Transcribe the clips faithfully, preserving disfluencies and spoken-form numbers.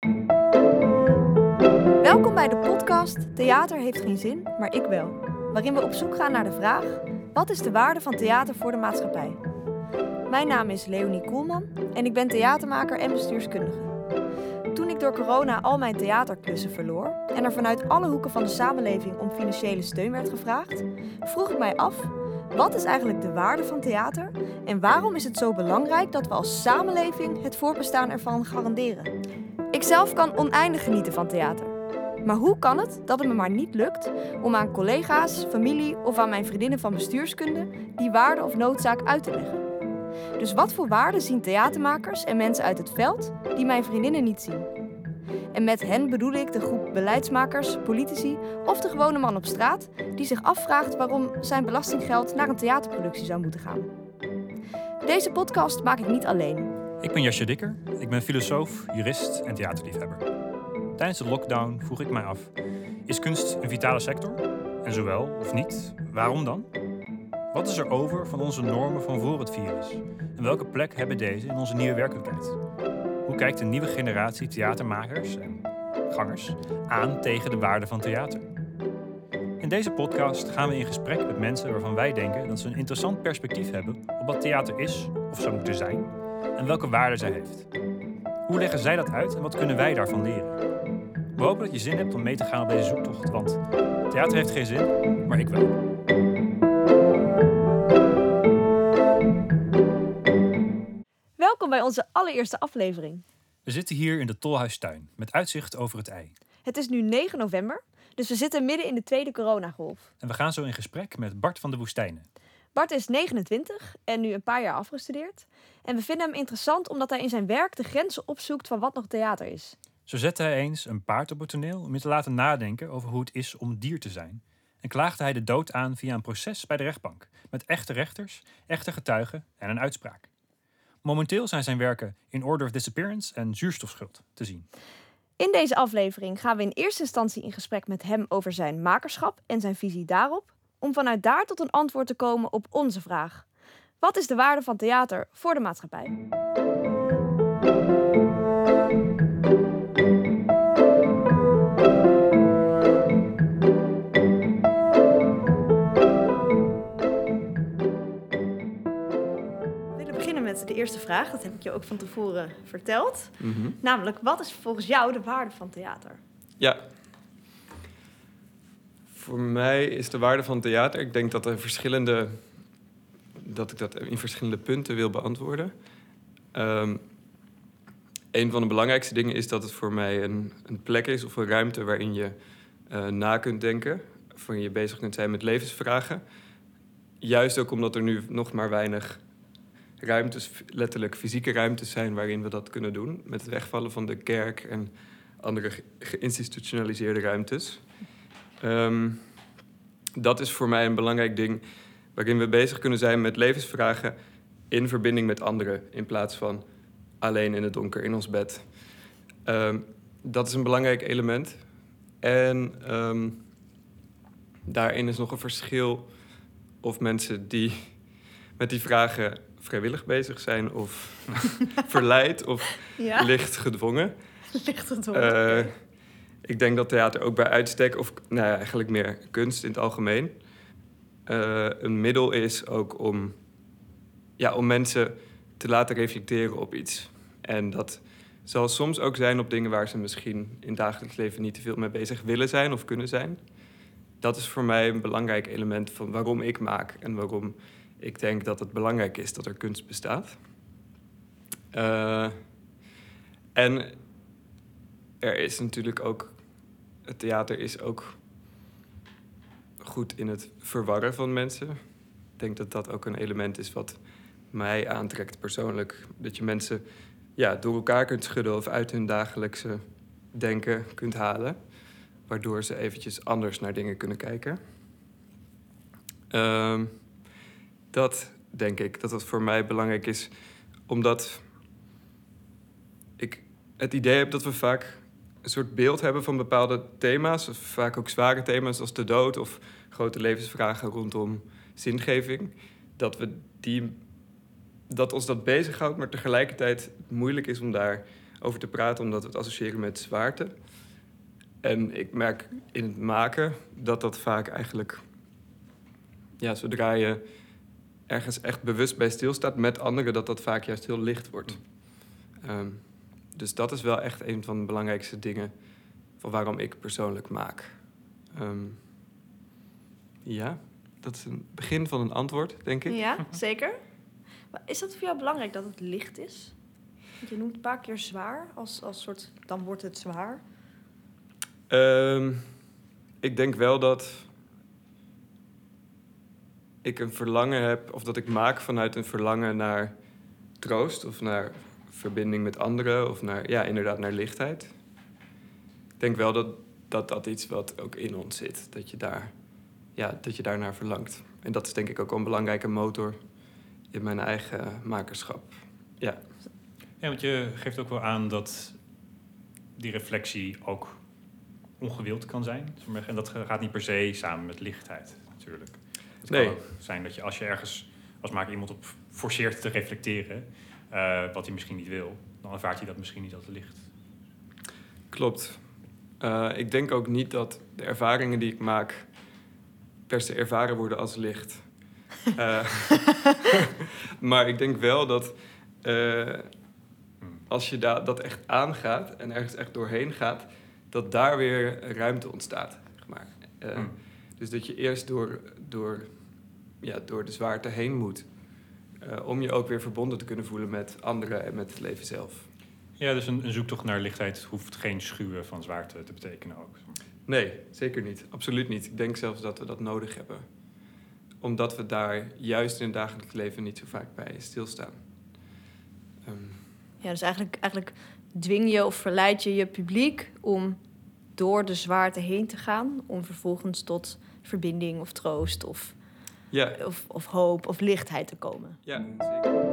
Welkom bij de podcast Theater heeft geen zin, maar ik wel. Waarin we op zoek gaan naar de vraag: wat is de waarde van theater voor de maatschappij? Mijn naam is Leonie Koelman en ik ben theatermaker en bestuurskundige. Toen ik door corona al mijn theaterklussen verloor en er vanuit alle hoeken van de samenleving om financiële steun werd gevraagd, vroeg ik mij af: wat is eigenlijk de waarde van theater en waarom is het zo belangrijk dat we als samenleving het voortbestaan ervan garanderen? Ikzelf kan oneindig genieten van theater. Maar hoe kan het dat het me maar niet lukt om aan collega's, familie of aan mijn vriendinnen van bestuurskunde die waarde of noodzaak uit te leggen? Dus wat voor waarde zien theatermakers en mensen uit het veld die mijn vriendinnen niet zien? En met hen bedoel ik de groep beleidsmakers, politici of de gewone man op straat die zich afvraagt waarom zijn belastinggeld naar een theaterproductie zou moeten gaan. Deze podcast maak ik niet alleen. Ik ben Jasje Dikker, ik ben filosoof, jurist en theaterliefhebber. Tijdens de lockdown vroeg ik mij af, is kunst een vitale sector? En zo wel of niet, waarom dan? Wat is er over van onze normen van voor het virus? En welke plek hebben deze in onze nieuwe werkelijkheid? Hoe kijkt een nieuwe generatie theatermakers en gangers aan tegen de waarde van theater? In deze podcast gaan we in gesprek met mensen waarvan wij denken dat ze een interessant perspectief hebben op wat theater is of zou moeten zijn en welke waarde zij heeft. Hoe leggen zij dat uit en wat kunnen wij daarvan leren? We hopen dat je zin hebt om mee te gaan op deze zoektocht, want theater heeft geen zin, maar ik wel. Welkom bij onze allereerste aflevering. We zitten hier in de Tolhuistuin met uitzicht over het IJ. Het is nu negen november, dus we zitten midden in de tweede coronagolf. En we gaan zo in gesprek met Bart van de Woestijnen. Bart is negenentwintig en nu een paar jaar afgestudeerd. En we vinden hem interessant omdat hij in zijn werk de grenzen opzoekt van wat nog theater is. Zo zette hij eens een paard op het toneel om je te laten nadenken over hoe het is om dier te zijn. En klaagde hij de dood aan via een proces bij de rechtbank. Met echte rechters, echte getuigen en een uitspraak. Momenteel zijn zijn werken In Order of Disappearance en Zuurstofschuld te zien. In deze aflevering gaan we in eerste instantie in gesprek met hem over zijn makerschap en zijn visie daarop, om vanuit daar tot een antwoord te komen op onze vraag: wat is de waarde van theater voor de maatschappij? We willen beginnen met de eerste vraag. Dat heb ik je ook van tevoren verteld. Mm-hmm. Namelijk, wat is volgens jou de waarde van theater? Ja. Voor mij is de waarde van theater... Ik denk dat er verschillende... dat ik dat in verschillende punten wil beantwoorden. Um, een van de belangrijkste dingen is dat het voor mij een, een plek is... of een ruimte waarin je uh, na kunt denken. Waarin je bezig kunt zijn met levensvragen. Juist ook omdat er nu nog maar weinig ruimtes... letterlijk fysieke ruimtes zijn waarin we dat kunnen doen. Met het wegvallen van de kerk en andere ge- geïnstitutionaliseerde ruimtes... Um, dat is voor mij een belangrijk ding waarin we bezig kunnen zijn met levensvragen in verbinding met anderen, in plaats van alleen in het donker in ons bed. Um, dat is een belangrijk element. En um, daarin is nog een verschil of mensen die met die vragen vrijwillig bezig zijn of verleid of Ja? licht gedwongen. Licht het Uh, Ik denk dat theater ook bij uitstek, of nou ja, eigenlijk meer kunst in het algemeen, uh, een middel is ook om, ja, om mensen te laten reflecteren op iets. En dat zal soms ook zijn op dingen waar ze misschien in het dagelijks leven niet te veel mee bezig willen zijn of kunnen zijn. Dat is voor mij een belangrijk element van waarom ik maak en waarom ik denk dat het belangrijk is dat er kunst bestaat. Uh, en er is natuurlijk ook... Het theater is ook goed in het verwarren van mensen. Ik denk dat dat ook een element is wat mij aantrekt persoonlijk. Dat je mensen ja, door elkaar kunt schudden of uit hun dagelijkse denken kunt halen. Waardoor ze eventjes anders naar dingen kunnen kijken. Uh, dat denk ik, dat dat voor mij belangrijk is. Omdat ik het idee heb dat we vaak een soort beeld hebben van bepaalde thema's. Vaak ook zware thema's als de dood of grote levensvragen rondom zingeving. Dat, we die, dat ons dat bezighoudt, maar tegelijkertijd moeilijk is om daar over te praten, omdat we het associëren met zwaarte. En ik merk in het maken dat dat vaak eigenlijk... Ja, zodra je ergens echt bewust bij stilstaat met anderen, dat dat vaak juist heel licht wordt. Um, dus dat is wel echt een van de belangrijkste dingen van waarom ik persoonlijk maak. Um, ja, dat is een begin van een antwoord, denk ik. Ja, zeker. Maar is dat voor jou belangrijk dat het licht is? Want je noemt een paar keer zwaar, als, als soort, dan wordt het zwaar. Um, ik denk wel dat ik een verlangen heb, of dat ik maak vanuit een verlangen naar troost of naar verbinding met anderen of naar, ja, inderdaad naar lichtheid. Ik denk wel dat dat, dat iets wat ook in ons zit, dat je daar, ja, dat je daarnaar verlangt. En dat is denk ik ook een belangrijke motor in mijn eigen makerschap. Ja. Ja, want je geeft ook wel aan dat die reflectie ook ongewild kan zijn. En dat gaat niet per se samen met lichtheid, natuurlijk. Het kan nee. ook zijn dat je als je ergens als maker iemand op forceert te reflecteren, uh, wat hij misschien niet wil, dan ervaart hij dat misschien niet als licht. Klopt. Uh, ik denk ook niet dat de ervaringen die ik maak per se ervaren worden als licht. uh, maar ik denk wel dat uh, als je da- dat echt aangaat en ergens echt doorheen gaat, dat daar weer ruimte ontstaat. Zeg maar. uh, hmm. Dus dat je eerst door, door, ja, door de zwaarte heen moet. Uh, om je ook weer verbonden te kunnen voelen met anderen en met het leven zelf. Ja, dus een, een zoektocht naar lichtheid hoeft geen schuwen van zwaarte te betekenen ook. Nee, zeker niet. Absoluut niet. Ik denk zelfs dat we dat nodig hebben. Omdat we daar juist in het dagelijks leven niet zo vaak bij stilstaan. Um. Ja, dus eigenlijk, eigenlijk dwing je of verleid je je publiek om door de zwaarte heen te gaan, om vervolgens tot verbinding of troost of, ja. of, of hoop of lichtheid te komen. Ja, zeker.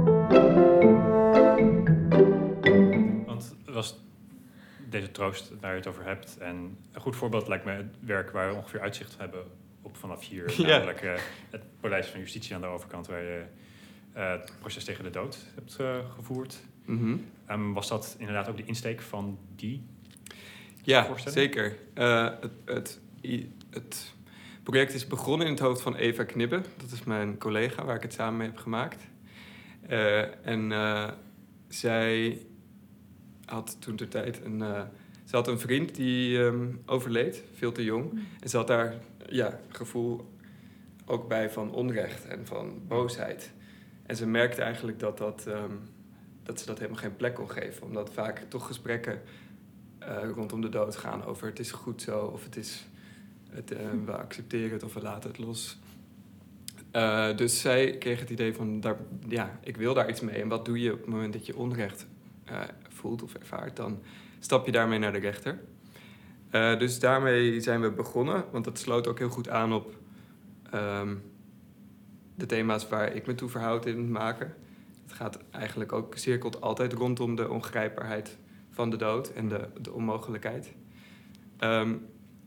Want was deze troost waar je het over hebt, en een goed voorbeeld lijkt me het werk waar we ongeveer uitzicht hebben op vanaf hier, ja. Namelijk uh, het Paleis van Justitie aan de overkant, waar je uh, het proces tegen de dood hebt uh, gevoerd. Mm-hmm. Um, was dat inderdaad ook de insteek van die Ja, zeker. Uh, het, het, het project is begonnen in het hoofd van Eva Knibbe. Dat is mijn collega waar ik het samen mee heb gemaakt. Uh, en uh, zij had toen ter tijd een, uh, ze had een vriend die um, overleed, veel te jong. Mm. En ze had daar ja, gevoel ook bij van onrecht en van boosheid. En ze merkte eigenlijk dat, dat, um, dat ze dat helemaal geen plek kon geven. Omdat vaak toch gesprekken uh, rondom de dood gaan over het is goed zo of het is, het, uh, we accepteren het of we laten het los. Uh, dus zij kreeg het idee van, daar, ja, ik wil daar iets mee. En wat doe je op het moment dat je onrecht uh, voelt of ervaart? Dan stap je daarmee naar de rechter. Uh, dus daarmee zijn we begonnen, want dat sloot ook heel goed aan op um, de thema's waar ik me toe verhoud in het maken. Het gaat eigenlijk ook, cirkelt altijd rondom de ongrijpbaarheid van de dood en de, de onmogelijkheid. Um,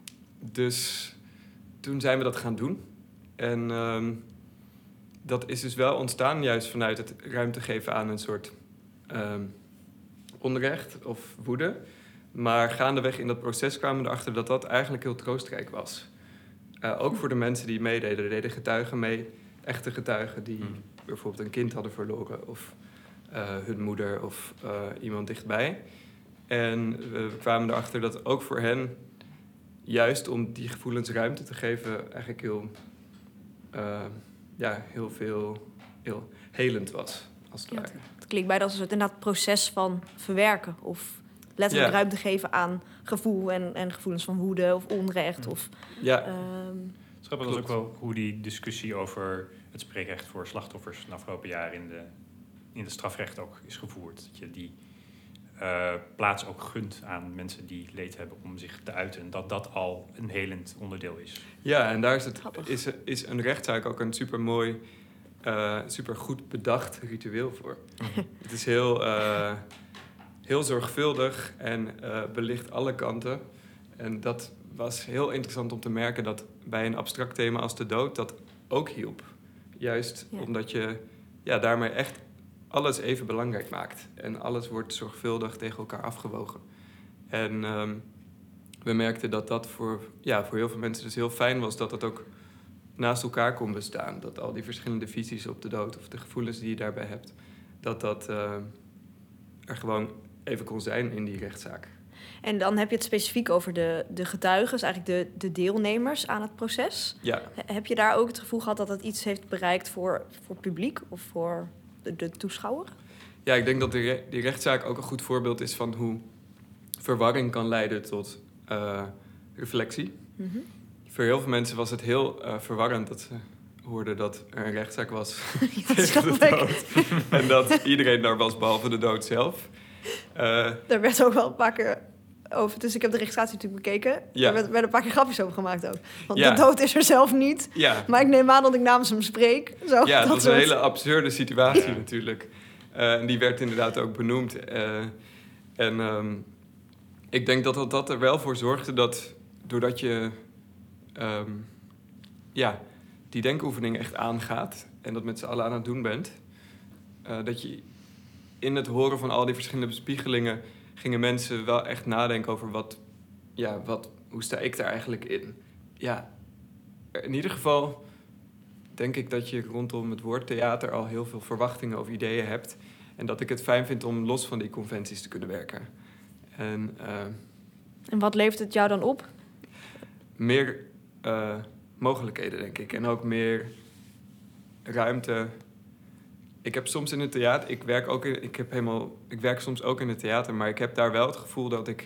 dus toen zijn we dat gaan doen. En um, dat is dus wel ontstaan juist vanuit het ruimte geven aan een soort um, onrecht of woede. Maar gaandeweg in dat proces kwamen we erachter dat dat eigenlijk heel troostrijk was. Uh, ook voor de mensen die meededen. Er deden getuigen mee, echte getuigen die hmm. bijvoorbeeld een kind hadden verloren of uh, hun moeder of uh, iemand dichtbij. En we kwamen erachter dat ook voor hen, juist om die gevoelens ruimte te geven, eigenlijk heel, uh, ja, heel veel heel helend was, als het ja, ware. Het klinkt bijna als een soort inderdaad proces van verwerken of letterlijk ja. ruimte geven aan gevoel en, en gevoelens van woede of onrecht. Of, ja. Um, het grappig is ook wel hoe die discussie over het spreekrecht voor slachtoffers de afgelopen jaren in de, in de strafrecht ook is gevoerd. Dat je die uh, plaats ook gunt aan mensen die leed hebben om zich te uiten. En dat dat al een helend onderdeel is. Ja, en daar is, het, is, is een rechtszaak ook een supermooi, uh, super goed bedacht ritueel voor. Het is heel, uh, heel zorgvuldig en uh, belicht alle kanten. En dat was heel interessant om te merken dat bij een abstract thema als de dood dat ook hielp. Juist ja. omdat je ja, daarmee echt alles even belangrijk maakt. En alles wordt zorgvuldig tegen elkaar afgewogen. En um, we merkten dat dat voor, ja, voor heel veel mensen dus heel fijn was... dat het ook naast elkaar kon bestaan. Dat al die verschillende visies op de dood of de gevoelens die je daarbij hebt... dat dat uh, er gewoon even kon zijn in die rechtszaak. En dan heb je het specifiek over de, de getuigen, dus eigenlijk de, de deelnemers aan het proces. Ja. Heb je daar ook het gevoel gehad dat het iets heeft bereikt voor, voor publiek of voor de, de toeschouwer? Ja, ik denk dat die, re- die rechtszaak ook een goed voorbeeld is van hoe verwarring kan leiden tot uh, reflectie. Mm-hmm. Voor heel veel mensen was het heel uh, verwarrend dat ze hoorden dat er een rechtszaak was Ja, tegen de dood. En dat iedereen daar was, behalve de dood zelf. Uh, Daar werd ook wel een paar keer over, dus ik heb de registratie natuurlijk bekeken. Ja. Er werd, werden een paar keer grapjes over gemaakt ook. Want Ja. de dood is er zelf niet. ja, Maar ik neem aan dat ik namens hem spreek. Zo, ja, dat was soort. een hele absurde situatie ja. natuurlijk. Uh, en die werd inderdaad ook benoemd. Uh, en um, ik denk dat, dat dat er wel voor zorgde dat doordat je um, ja, die denkoefening echt aangaat en dat met z'n allen aan het doen bent, uh, dat je in het horen van al die verschillende bespiegelingen gingen mensen wel echt nadenken over wat, ja, wat, hoe sta ik daar eigenlijk in? Ja, in ieder geval denk ik dat je rondom het woord theater al heel veel verwachtingen of ideeën hebt. En dat ik het fijn vind om los van die conventies te kunnen werken. En, uh, en wat levert het jou dan op? Meer uh, mogelijkheden, denk ik. En ook meer ruimte. Ik heb soms in het theater... Ik werk, ook in, ik, heb helemaal, ik werk soms ook in het theater, maar ik heb daar wel het gevoel dat ik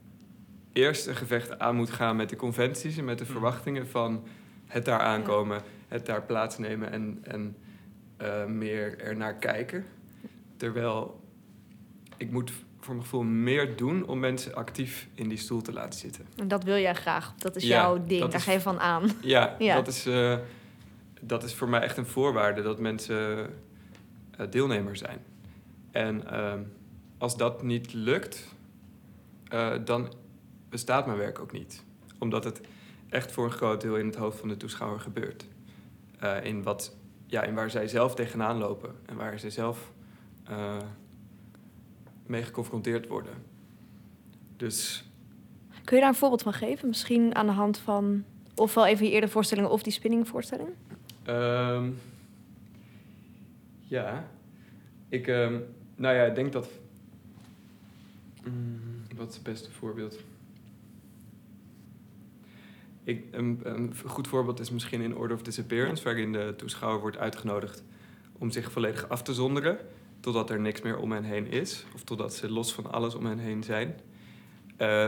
eerst een gevecht aan moet gaan met de conventies en met de verwachtingen van het daar aankomen, ja. het daar plaatsnemen en, en uh, meer ernaar kijken. Terwijl ik moet voor mijn gevoel meer doen om mensen actief in die stoel te laten zitten. En dat wil jij graag. Dat is ja, jouw ding. Daar is, ga je van aan. Ja, ja. Dat, is, uh, dat is voor mij echt een voorwaarde dat mensen uh, deelnemer zijn. En uh, als dat niet lukt, uh, dan bestaat mijn werk ook niet. Omdat het echt voor een groot deel in het hoofd van de toeschouwer gebeurt. Uh, in, wat, ja, in waar zij zelf tegenaan lopen en waar zij zelf uh, mee geconfronteerd worden. Dus... Kun je daar een voorbeeld van geven? Misschien aan de hand van ofwel even je eerdere voorstellingen of die spinningvoorstelling? Um, ja, ik, um, nou ja, ik denk dat... Um, wat is het beste voorbeeld? Ik, een, een goed voorbeeld is misschien in Order of Disappearance, waarin de toeschouwer wordt uitgenodigd om zich volledig af te zonderen, totdat er niks meer om hen heen is, of totdat ze los van alles om hen heen zijn. Uh,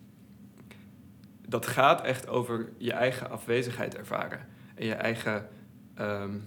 dat gaat echt over je eigen afwezigheid ervaren. En je eigen... Um,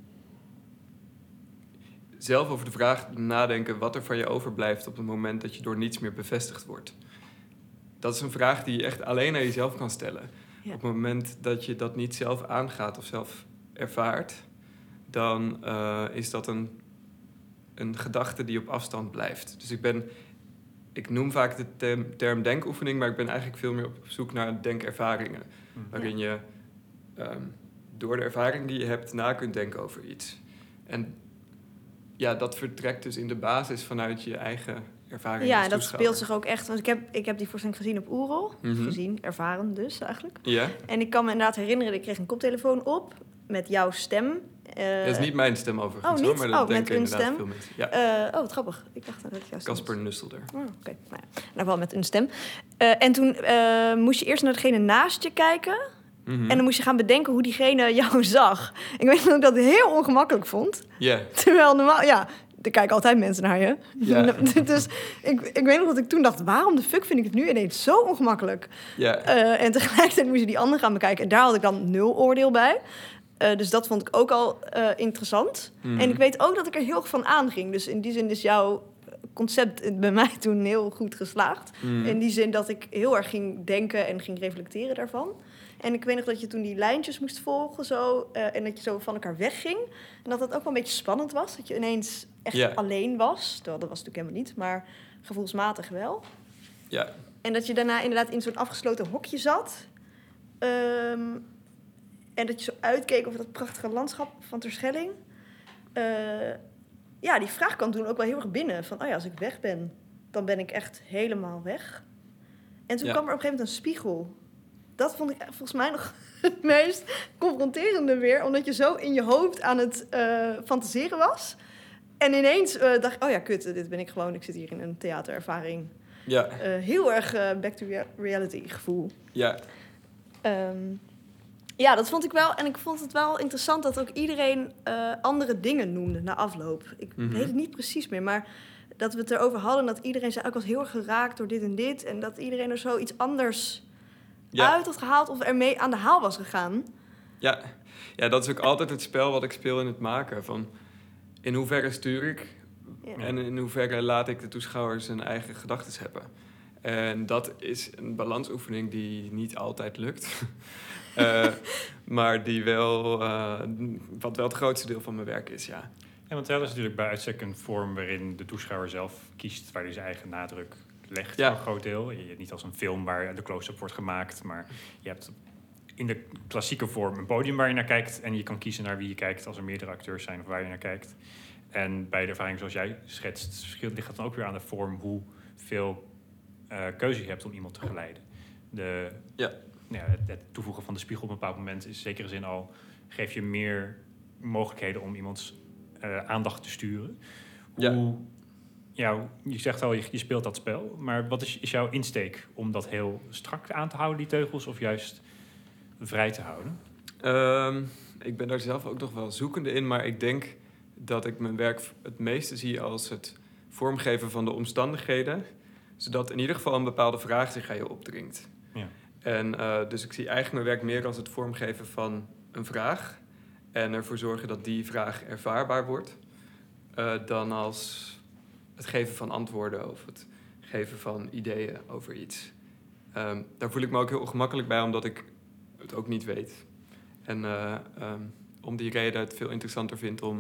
zelf over de vraag nadenken wat er van je overblijft op het moment dat je door niets meer bevestigd wordt. Dat is een vraag die je echt alleen aan jezelf kan stellen. Ja. Op het moment dat je dat niet zelf aangaat of zelf ervaart, dan uh, is dat een, een gedachte die op afstand blijft. Dus ik ben... Ik noem vaak de term, term denkoefening, maar ik ben eigenlijk veel meer op zoek naar denkervaringen. Mm. Waarin je um, door de ervaring die je hebt na kunt denken over iets. En ja, dat vertrekt dus in de basis vanuit je eigen ervaring. Ja, en dat speelt zich ook echt... Want ik heb, ik heb die voorstelling gezien op Oerol. Mm-hmm. Gezien, ervaren dus eigenlijk. Ja. En ik kan me inderdaad herinneren, ik kreeg een koptelefoon op met jouw stem. Uh, dat is niet mijn stem overigens, oh, hoor, maar dat oh, denken met een stem? veel mensen. Ja. Uh, oh, wat grappig. Ik dacht dat het jouw stem Casper Nusselder. Oh, Oké, okay. nou ja, nou wel met een stem. Uh, en toen uh, moest je eerst naar degene naast je kijken. Mm-hmm. En dan moest je gaan bedenken hoe diegene jou zag. Ik weet dat ik dat heel ongemakkelijk vond. Ja. Yeah. Terwijl normaal... Ja, er kijken altijd mensen naar je. Ja. Dus ik, ik weet nog dat ik toen dacht... waarom de fuck vind ik het nu ineens zo ongemakkelijk? Ja. Uh, en tegelijkertijd moest je die andere gaan bekijken. En daar had ik dan nul oordeel bij. Uh, dus dat vond ik ook al uh, interessant. Mm. En ik weet ook dat ik er heel erg van aanging. Dus in die zin is jouw concept bij mij toen heel goed geslaagd. Mm. In die zin dat ik heel erg ging denken en ging reflecteren daarvan. En ik weet nog dat je toen die lijntjes moest volgen zo, uh, en dat je zo van elkaar wegging. En dat dat ook wel een beetje spannend was. Dat je ineens echt yeah. alleen was. Terwijl dat was natuurlijk helemaal niet, maar gevoelsmatig wel. Ja. Yeah. En dat je daarna inderdaad in zo'n afgesloten hokje zat. Um, en dat je zo uitkeek over dat prachtige landschap van Terschelling. Uh, ja, die vraag kan toen ook wel heel erg binnen. Van, oh ja, als ik weg ben, dan ben ik echt helemaal weg. En toen Ja. kwam er op een gegeven moment een spiegel. Dat vond ik volgens mij nog het meest confronterende weer. Omdat je zo in je hoofd aan het uh, fantaseren was. En ineens uh, dacht ik, oh ja, kut, dit ben ik gewoon. Ik zit hier in een theaterervaring. Ja. Uh, heel erg uh, back to reality gevoel. Ja. Um, ja, dat vond ik wel. En ik vond het wel interessant dat ook iedereen uh, andere dingen noemde na afloop. Ik mm-hmm. weet het niet precies meer, maar dat we het erover hadden. Dat iedereen zei, ik was heel erg geraakt door dit en dit. En dat iedereen er zo iets anders ja. uit had gehaald of ermee aan de haal was gegaan. Ja. ja, dat is ook altijd het spel wat ik speel in het maken. Van in hoeverre stuur ik ja. en in hoeverre laat ik de toeschouwer zijn eigen gedachten hebben. En dat is een balansoefening die niet altijd lukt. uh, maar die wel, uh, wat wel het grootste deel van mijn werk is, ja. Ja, want dat is natuurlijk bij uitstek een vorm waarin de toeschouwer zelf kiest waar hij zijn eigen nadruk legt, ja. voor een groot deel. Je hebt niet als een film waar de close-up wordt gemaakt, maar je hebt in de klassieke vorm een podium waar je naar kijkt en je kan kiezen naar wie je kijkt als er meerdere acteurs zijn of waar je naar kijkt. En bij de ervaring zoals jij schetst, ligt het dan ook weer aan de vorm hoeveel uh, keuze je hebt om iemand te geleiden. De, ja. Ja, het, het toevoegen van de spiegel op een bepaald moment is in zekere zin al, geef je meer mogelijkheden om iemands uh, aandacht te sturen. Ja. Hoe, ja, je zegt al, je, je speelt dat spel, maar wat is, is jouw insteek om dat heel strak aan te houden, die teugels, of juist vrij te houden? Um, ik ben daar zelf ook nog wel zoekende in, maar ik denk dat ik mijn werk het meeste zie als het vormgeven van de omstandigheden, zodat in ieder geval een bepaalde vraag zich aan je opdringt. Ja. En uh, dus ik zie eigenlijk mijn werk meer als het vormgeven van een vraag en ervoor zorgen dat die vraag ervaarbaar wordt, uh, dan als het geven van antwoorden of het geven van ideeën over iets. Um, daar voel ik me ook heel ongemakkelijk bij, omdat ik het ook niet weet. En uh, um, om die reden het veel interessanter vind om,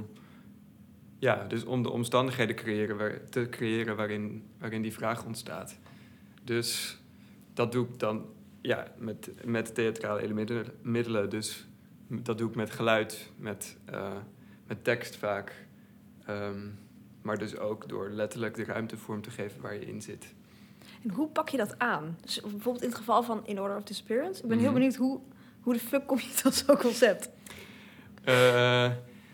ja, dus om de omstandigheden creëren waar, te creëren waarin, waarin die vraag ontstaat. Dus dat doe ik dan ja, met, met theatrale elementen, middelen. Dus dat doe ik met geluid, met, uh, met tekst vaak. Um, maar dus ook door letterlijk de ruimte vorm te geven waar je in zit. En hoe pak je dat aan? Dus bijvoorbeeld in het geval van In Order of Disappearance. Ik ben mm-hmm. heel benieuwd, hoe, hoe de fuck kom je tot zo'n concept? Uh,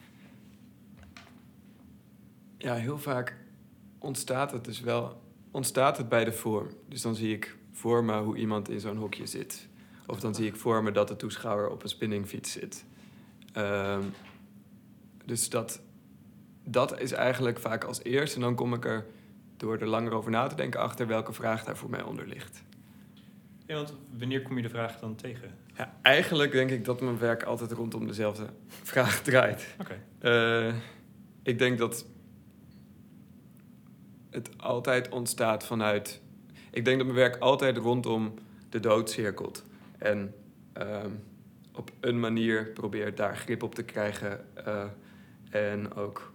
ja, heel vaak ontstaat het dus wel ontstaat het bij de vorm. Dus dan zie ik voor me hoe iemand in zo'n hokje zit. Of dan zie ik voor me dat de toeschouwer op een spinningfiets zit. Uh, dus dat, dat is eigenlijk vaak als eerste. En dan kom ik er door er langer over na te denken achter welke vraag daar voor mij onder ligt. Ja, want wanneer kom je de vraag dan tegen? Ja, eigenlijk denk ik dat mijn werk altijd rondom dezelfde vraag draait. Oké. Okay. Uh, ik denk dat het altijd ontstaat vanuit... Ik denk dat mijn werk altijd rondom de dood cirkelt. En uh, op een manier probeert daar grip op te krijgen. Uh, en ook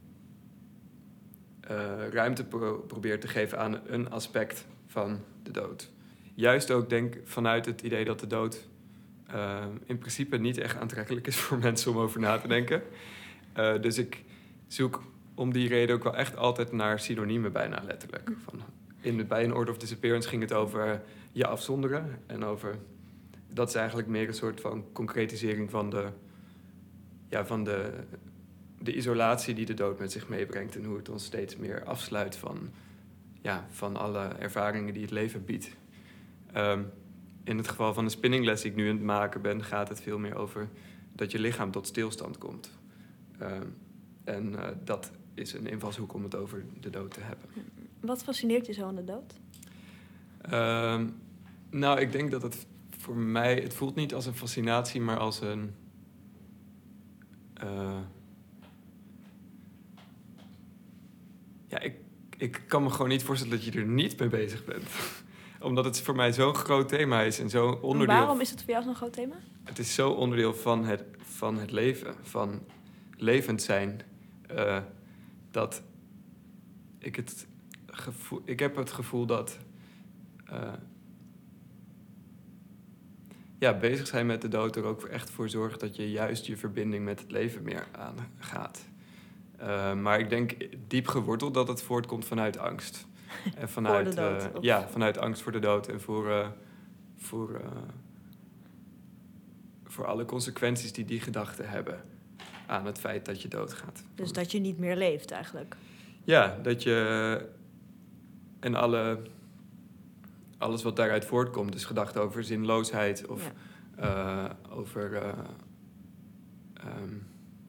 uh, ruimte pro- probeert te geven aan een aspect van de dood. Juist ook denk vanuit het idee dat de dood uh, in principe niet echt aantrekkelijk is voor mensen om over na te denken. Uh, dus ik zoek om die reden ook wel echt altijd naar synoniemen, bijna letterlijk. Van, in de, bij In Order of Disappearance ging het over je afzonderen. En over, dat is eigenlijk meer een soort van concretisering van de, ja, van de, de isolatie die de dood met zich meebrengt. En hoe het ons steeds meer afsluit van, ja, van alle ervaringen die het leven biedt. Um, in het geval van de spinningles die ik nu aan het maken ben, gaat het veel meer over dat je lichaam tot stilstand komt. Um, en uh, dat is een invalshoek om het over de dood te hebben. Wat fascineert je zo aan de dood? Um, nou, ik denk dat het voor mij... Het voelt niet als een fascinatie, maar als een... Uh, ja, ik, ik kan me gewoon niet voorstellen dat je er niet mee bezig bent. Omdat het voor mij zo'n groot thema is en zo'n onderdeel... En waarom is het voor jou zo'n groot thema? Het is zo onderdeel van het, van het leven, van levend zijn... Uh, dat ik het gevoel... Ik heb het gevoel dat... Uh, ja, bezig zijn met de dood er ook echt voor zorgt dat je juist je verbinding met het leven meer aangaat. Uh, maar ik denk diep geworteld dat het voortkomt vanuit angst. En vanuit, voor de dood? Uh, ja, vanuit angst voor de dood en voor, uh, voor, uh, voor alle consequenties die die gedachten hebben aan het feit dat je doodgaat. Dus dat je niet meer leeft eigenlijk? Ja, dat je... En alle, alles wat daaruit voortkomt, dus gedachten over zinloosheid of ja. uh, over... Uh, um,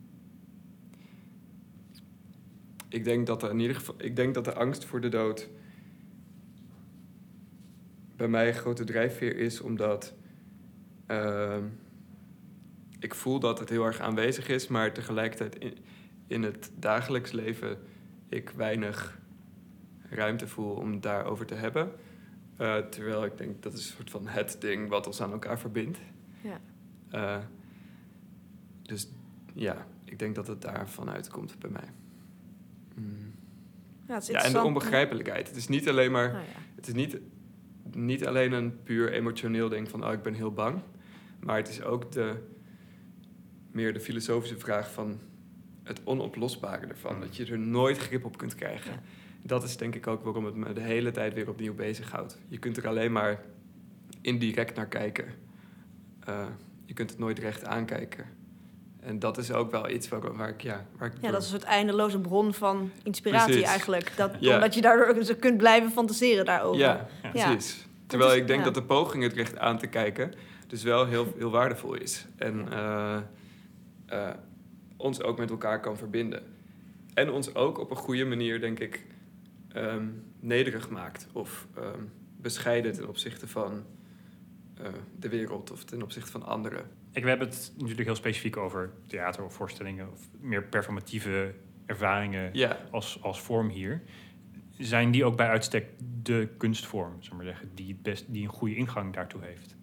ik denk dat er in ieder geval, ik denk dat de angst voor de dood bij mij een grote drijfveer is, omdat uh, ik voel dat het heel erg aanwezig is, maar tegelijkertijd in, in het dagelijks leven ik weinig ruimte voel om het daarover te hebben. Uh, terwijl ik denk dat is een soort van het ding wat ons aan elkaar verbindt. Ja. Uh, dus ja, ik denk dat het daar vanuit komt bij mij. Mm. Ja, het is ja, en de onbegrijpelijkheid. Het is niet alleen maar... Oh, ja. Het is niet, niet alleen een puur emotioneel ding van... oh, ik ben heel bang. Maar het is ook de... meer de filosofische vraag van... het onoplosbare ervan. Dat je er nooit grip op kunt krijgen. Ja. Dat is denk ik ook waarom het me de hele tijd weer opnieuw bezighoudt. Je kunt er alleen maar indirect naar kijken. Uh, je kunt het nooit recht aankijken. En dat is ook wel iets waar, waar ik... Ja, waar ik ja, dat is een soort eindeloze bron van inspiratie. Precies. Eigenlijk. Dat, ja. Omdat je daardoor kunt blijven fantaseren daarover. Ja, ja. precies. Terwijl ik denk ja. dat de poging het recht aan te kijken... dus wel heel, heel waardevol is. En uh, uh, ons ook met elkaar kan verbinden. En ons ook op een goede manier, denk ik... Um, nederig maakt. Of um, bescheiden ten opzichte van uh, de wereld... of ten opzichte van anderen. Ik, we hebben het natuurlijk heel specifiek over theater of voorstellingen... of meer performatieve ervaringen ja. als, als vorm hier. Zijn die ook bij uitstek de kunstvorm, zullen we maar zeggen... die, het best, die een goede ingang daartoe heeft?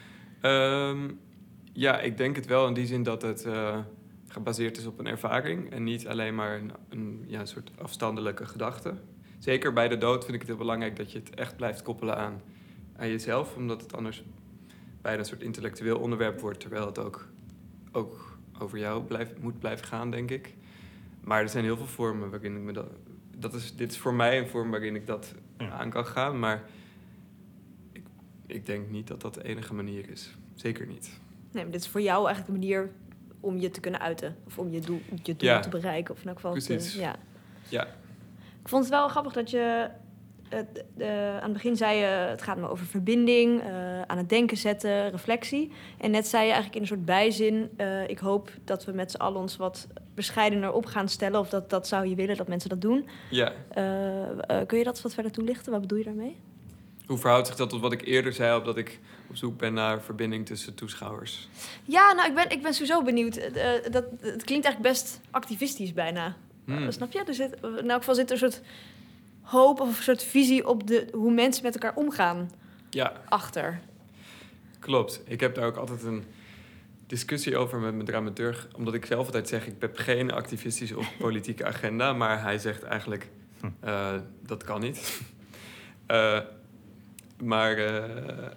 Um, ja, ik denk het wel in die zin dat het uh, gebaseerd is op een ervaring... en niet alleen maar een, een ja, soort afstandelijke gedachte. Zeker bij de dood vind ik het heel belangrijk... dat je het echt blijft koppelen aan, aan jezelf... omdat het anders... bijna een soort intellectueel onderwerp wordt... terwijl het ook, ook over jou blijft, moet blijven gaan, denk ik. Maar er zijn heel veel vormen waarin ik me dat... dat is, dit is voor mij een vorm waarin ik dat ja. aan kan gaan. Maar ik, ik denk niet dat dat de enige manier is. Zeker niet. Nee, maar dit is voor jou eigenlijk de manier om je te kunnen uiten. Of om je doel, je doel ja. te bereiken. Of in elk geval Precies. Te, ja. ja. Ik vond het wel grappig dat je... Uh, uh, aan het begin zei je, het gaat me over verbinding, uh, aan het denken zetten, reflectie. En net zei je eigenlijk in een soort bijzin... Uh, ik hoop dat we met z'n allen ons wat bescheidener op gaan stellen... of dat, dat zou je willen, dat mensen dat doen. Ja. Uh, uh, kun je dat wat verder toelichten? Wat bedoel je daarmee? Hoe verhoudt zich dat tot wat ik eerder zei... op dat ik op zoek ben naar verbinding tussen toeschouwers? Ja, nou, ik ben, ik ben sowieso benieuwd. Uh, dat, het klinkt eigenlijk best activistisch bijna. Hmm. Uh, snap je? Er zit, in elk geval zit er een soort... hoop of een soort visie op de, hoe mensen met elkaar omgaan ja. achter. Klopt. Ik heb daar ook altijd een discussie over met mijn dramaturg. Omdat ik zelf altijd zeg, ik heb geen activistische of politieke agenda. Maar hij zegt eigenlijk, uh, dat kan niet. uh, maar uh,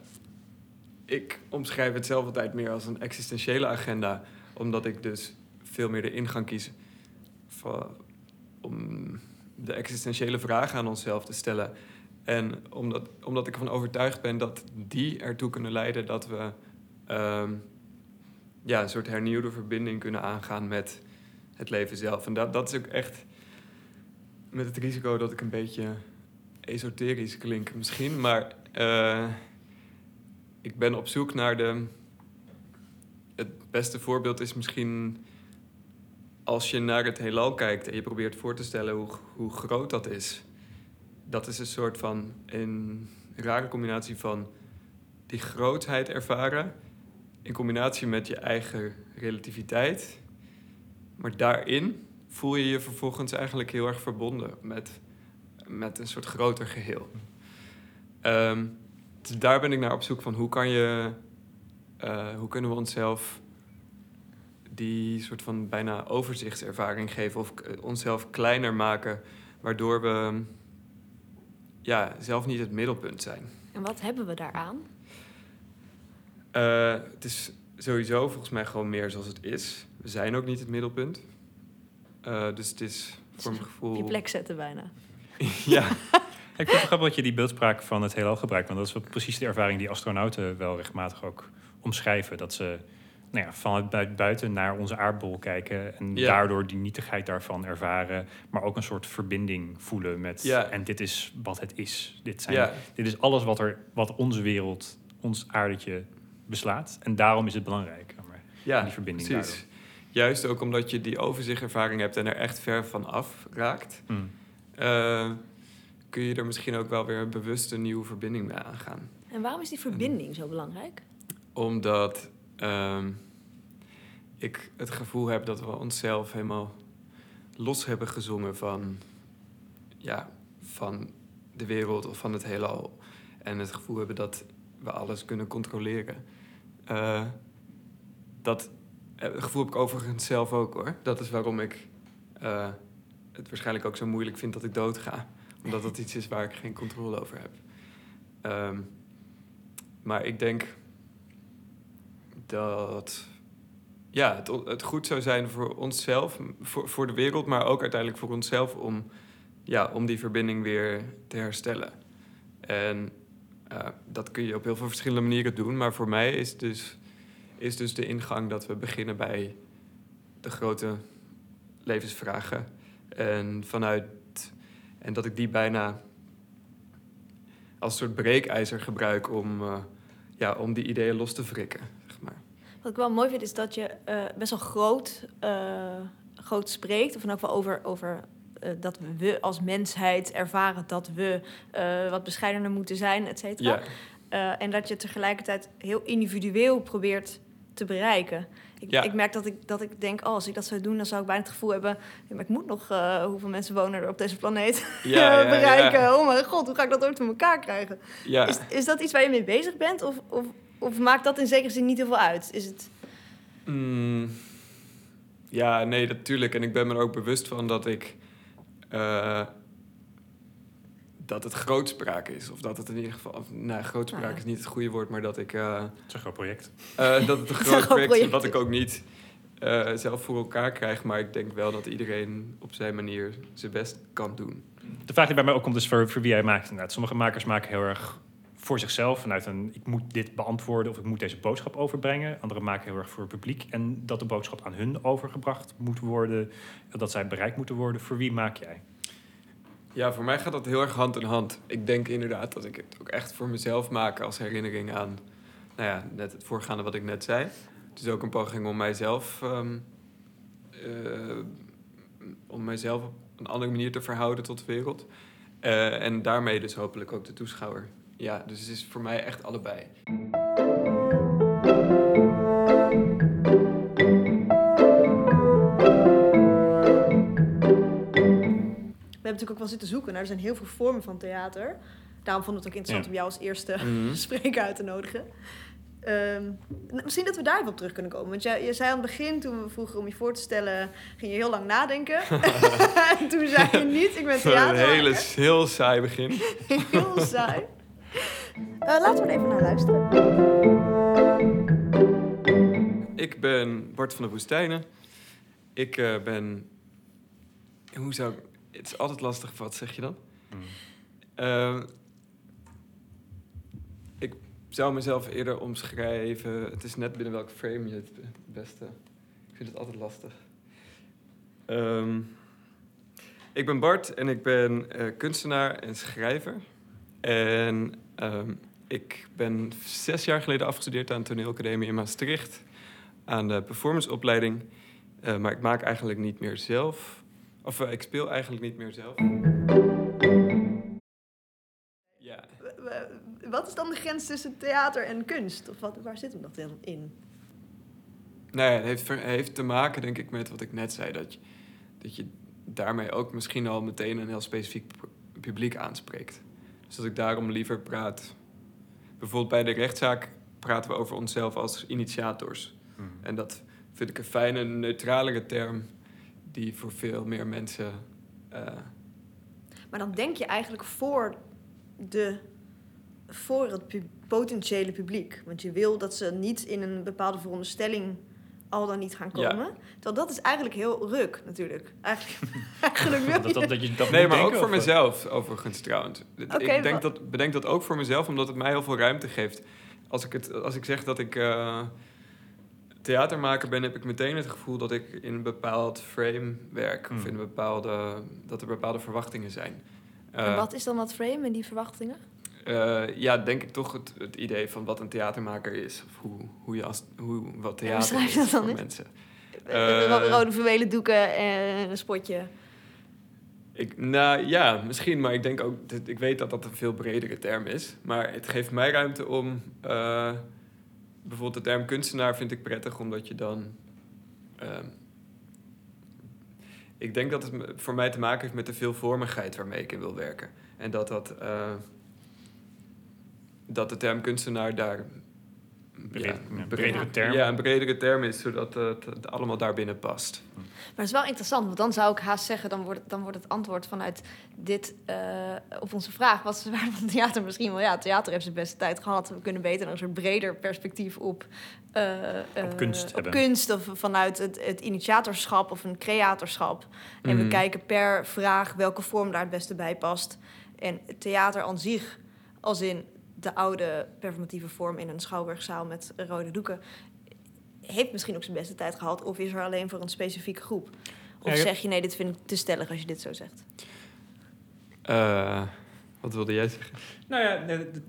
ik omschrijf het zelf altijd meer als een existentiële agenda. Omdat ik dus veel meer de ingang kies voor, om... de existentiële vragen aan onszelf te stellen. En omdat, omdat ik ervan overtuigd ben dat die ertoe kunnen leiden... dat we um, ja, een soort hernieuwde verbinding kunnen aangaan met het leven zelf. En dat, dat is ook echt met het risico dat ik een beetje esoterisch klink misschien. Maar uh, ik ben op zoek naar de... Het beste voorbeeld is misschien... als je naar het heelal kijkt en je probeert voor te stellen hoe, hoe groot dat is... dat is een soort van een rare combinatie van die grootheid ervaren... in combinatie met je eigen relativiteit. Maar daarin voel je je vervolgens eigenlijk heel erg verbonden met, met een soort groter geheel. Um, dus daar ben ik naar op zoek van hoe kan je... Uh, hoe kunnen we onszelf... die soort van bijna overzichtservaring geven... of onszelf kleiner maken... waardoor we ja, zelf niet het middelpunt zijn. En wat hebben we daaraan? Uh, het is sowieso volgens mij gewoon meer zoals het is. We zijn ook niet het middelpunt. Uh, dus het is voor mijn gevoel... Op je plek zetten bijna. Ja. Ik vind het grappig dat je die beeldspraak van het heelal gebruikt. Want dat is wel precies de ervaring die astronauten wel regelmatig ook omschrijven. Dat ze nou ja, vanuit buiten naar onze aardbol kijken. En ja. daardoor die nietigheid daarvan ervaren. Maar ook een soort verbinding voelen met... Ja. En dit is wat het is. Dit, zijn, ja. dit is alles wat, er, wat onze wereld, ons aardetje beslaat. En daarom is het belangrijk. Maar Ja, die verbinding precies. daardoor. Juist ook omdat je die overzichtervaring hebt en er echt ver van af raakt... Mm. Uh, kun je er misschien ook wel weer bewust een nieuwe verbinding mee aangaan. En waarom is die verbinding zo belangrijk? Omdat um, ik het gevoel heb dat we onszelf helemaal los hebben gezongen van, ja, van de wereld of van het heelal. En het gevoel hebben dat we alles kunnen controleren. Uh, dat het gevoel heb ik overigens zelf ook, hoor. Dat is waarom ik uh, het waarschijnlijk ook zo moeilijk vind dat ik doodga. Omdat dat iets is waar ik geen controle over heb. Um, maar ik denk dat ja, het, het goed zou zijn voor onszelf, voor, voor de wereld, maar ook uiteindelijk voor onszelf om, ja, om die verbinding weer te herstellen. En uh, dat kun je op heel veel verschillende manieren doen. Maar voor mij is dus, is dus de ingang dat we beginnen bij de grote levensvragen. En vanuit En dat ik die bijna als een soort breekijzer gebruik om, uh, ja, om die ideeën los te wrikken, zeg maar. Wat ik wel mooi vind is dat je uh, best wel groot, uh, groot spreekt. Of in elk geval over, over uh, dat we als mensheid ervaren dat we uh, wat bescheidener moeten zijn, et cetera. Ja. Uh, en dat je tegelijkertijd heel individueel probeert te bereiken. Ik, ja. ik merk dat ik, dat ik denk, oh, als ik dat zou doen, dan zou ik bijna het gevoel hebben, ja, maar ik moet nog, uh, hoeveel mensen wonen er op deze planeet, ja, ja, bereiken. Ja. Oh mijn god, hoe ga ik dat ooit voor elkaar krijgen? Ja. Is, is dat iets waar je mee bezig bent? Of, of, of maakt dat in zekere zin niet heel veel uit? Is het... Mm, ja, nee, natuurlijk. En ik ben me er ook bewust van dat ik... Uh, dat het grootspraak is. Of dat het in ieder geval... Of, nou, grootspraak ah, ja. is niet het goede woord, maar dat ik... Uh, het is een groot project. Uh, dat het een groot project is, wat ik ook niet uh, zelf voor elkaar krijg. Maar ik denk wel dat iedereen op zijn manier zijn best kan doen. De vraag die bij mij opkomt is voor, voor wie jij maakt. Inderdaad. Sommige makers maken heel erg voor zichzelf. Vanuit een, ik moet dit beantwoorden of ik moet deze boodschap overbrengen. Anderen maken heel erg voor het publiek. En dat de boodschap aan hun overgebracht moet worden. Dat zij bereikt moeten worden. Voor wie maak jij? Ja, voor mij gaat dat heel erg hand in hand. Ik denk inderdaad dat ik het ook echt voor mezelf maak als herinnering aan... Nou ja, net het voorgaande wat ik net zei. Het is ook een poging om mijzelf... Um, uh, om mijzelf op een andere manier te verhouden tot de wereld. Uh, en daarmee dus hopelijk ook de toeschouwer. Ja, dus het is voor mij echt allebei. We hebben natuurlijk ook wel zitten zoeken naar, er zijn heel veel vormen van theater. Daarom vond ik het ook interessant ja. om jou als eerste mm-hmm. spreker uit te nodigen. Um, misschien dat we daar even op terug kunnen komen. Want je, je zei aan het begin, toen we vroegen om je voor te stellen, ging je heel lang nadenken. En toen zei je niet, ik ben theater. Een hele, heel saai begin. Heel saai. Uh, laten we er even naar luisteren. Ik ben Bart van de Woestijnen. Ik uh, ben... Hoe zou ik... Het is altijd lastig, wat zeg je dan? Mm. Uh, ik zou mezelf eerder omschrijven... Het is net binnen welk frame je het beste... Ik vind het altijd lastig. Um, ik ben Bart en ik ben uh, kunstenaar en schrijver. En um, ik ben zes jaar geleden afgestudeerd aan de toneelacademie in Maastricht. Aan de performanceopleiding. Uh, maar ik maak eigenlijk niet meer zelf... Of uh, ik speel eigenlijk niet meer zelf. Ja. Wat is dan de grens tussen theater en kunst? Of wat, waar zit hem dat dan in? Nou ja, het heeft, het heeft te maken, denk ik, met wat ik net zei. Dat je, dat je daarmee ook misschien al meteen een heel specifiek publiek aanspreekt. Dus dat ik daarom liever praat. Bijvoorbeeld bij de rechtszaak praten we over onszelf als initiators. Mm. En dat vind ik een fijne, neutralere term... die voor veel meer mensen... Uh... Maar dan denk je eigenlijk voor, de, voor het pu- potentiële publiek. Want je wil dat ze niet in een bepaalde veronderstelling al dan niet gaan Ja. komen. Terwijl dat is eigenlijk heel ruk natuurlijk. Eigenlijk, eigenlijk wil Dat, je... dat, dat je dat Nee, moet maar denken, ook voor of, eh? mezelf, overigens trouwens. Oké, ik denk wat- dat, bedenk dat ook voor mezelf, omdat het mij heel veel ruimte geeft. Als ik, het, als ik zeg dat ik uh, theatermaker ben, heb ik meteen het gevoel dat ik in een bepaald frame werk. Hmm. Of in een bepaalde, dat er bepaalde verwachtingen zijn. En Uh, wat is dan dat frame en die verwachtingen? uh, ja, denk ik toch het, het idee van wat een theatermaker is. Of hoe, hoe, je als, hoe wat theater beschrijf is dat dan voor eens? mensen. Uh, Uh, Rode fluwelen doeken en een spotje. Ik, nou ja, misschien, maar ik denk ook, dat, ik weet dat dat een veel bredere term is. Maar het geeft mij ruimte om, uh, bijvoorbeeld de term kunstenaar vind ik prettig, omdat je dan, uh, ik denk dat het voor mij te maken heeft met de veelvormigheid waarmee ik in wil werken. En dat dat, uh, dat de term kunstenaar daar Breed- ja, ja, bredere term. Ja, een bredere term is, zodat het, het allemaal daarbinnen past. Maar het is wel interessant, want dan zou ik haast zeggen... dan wordt, dan wordt het antwoord vanuit dit uh, op onze vraag... wat is de waarde van theater misschien wel? Ja, theater heeft zijn beste tijd gehad. We kunnen beter een soort breder perspectief op... Uh, uh, Op kunst op hebben. kunst of vanuit het, het initiatorschap of een creatorschap. En Mhm. we kijken per vraag welke vorm daar het beste bij past. En theater aan zich, als in... de oude performatieve vorm in een schouwburgzaal met rode doeken... heeft misschien ook zijn beste tijd gehad... of is er alleen voor een specifieke groep? Of Ja, je- zeg je, nee, dit vind ik te stellig als je dit zo zegt? Uh, wat wilde jij zeggen? Nou ja, nee, het,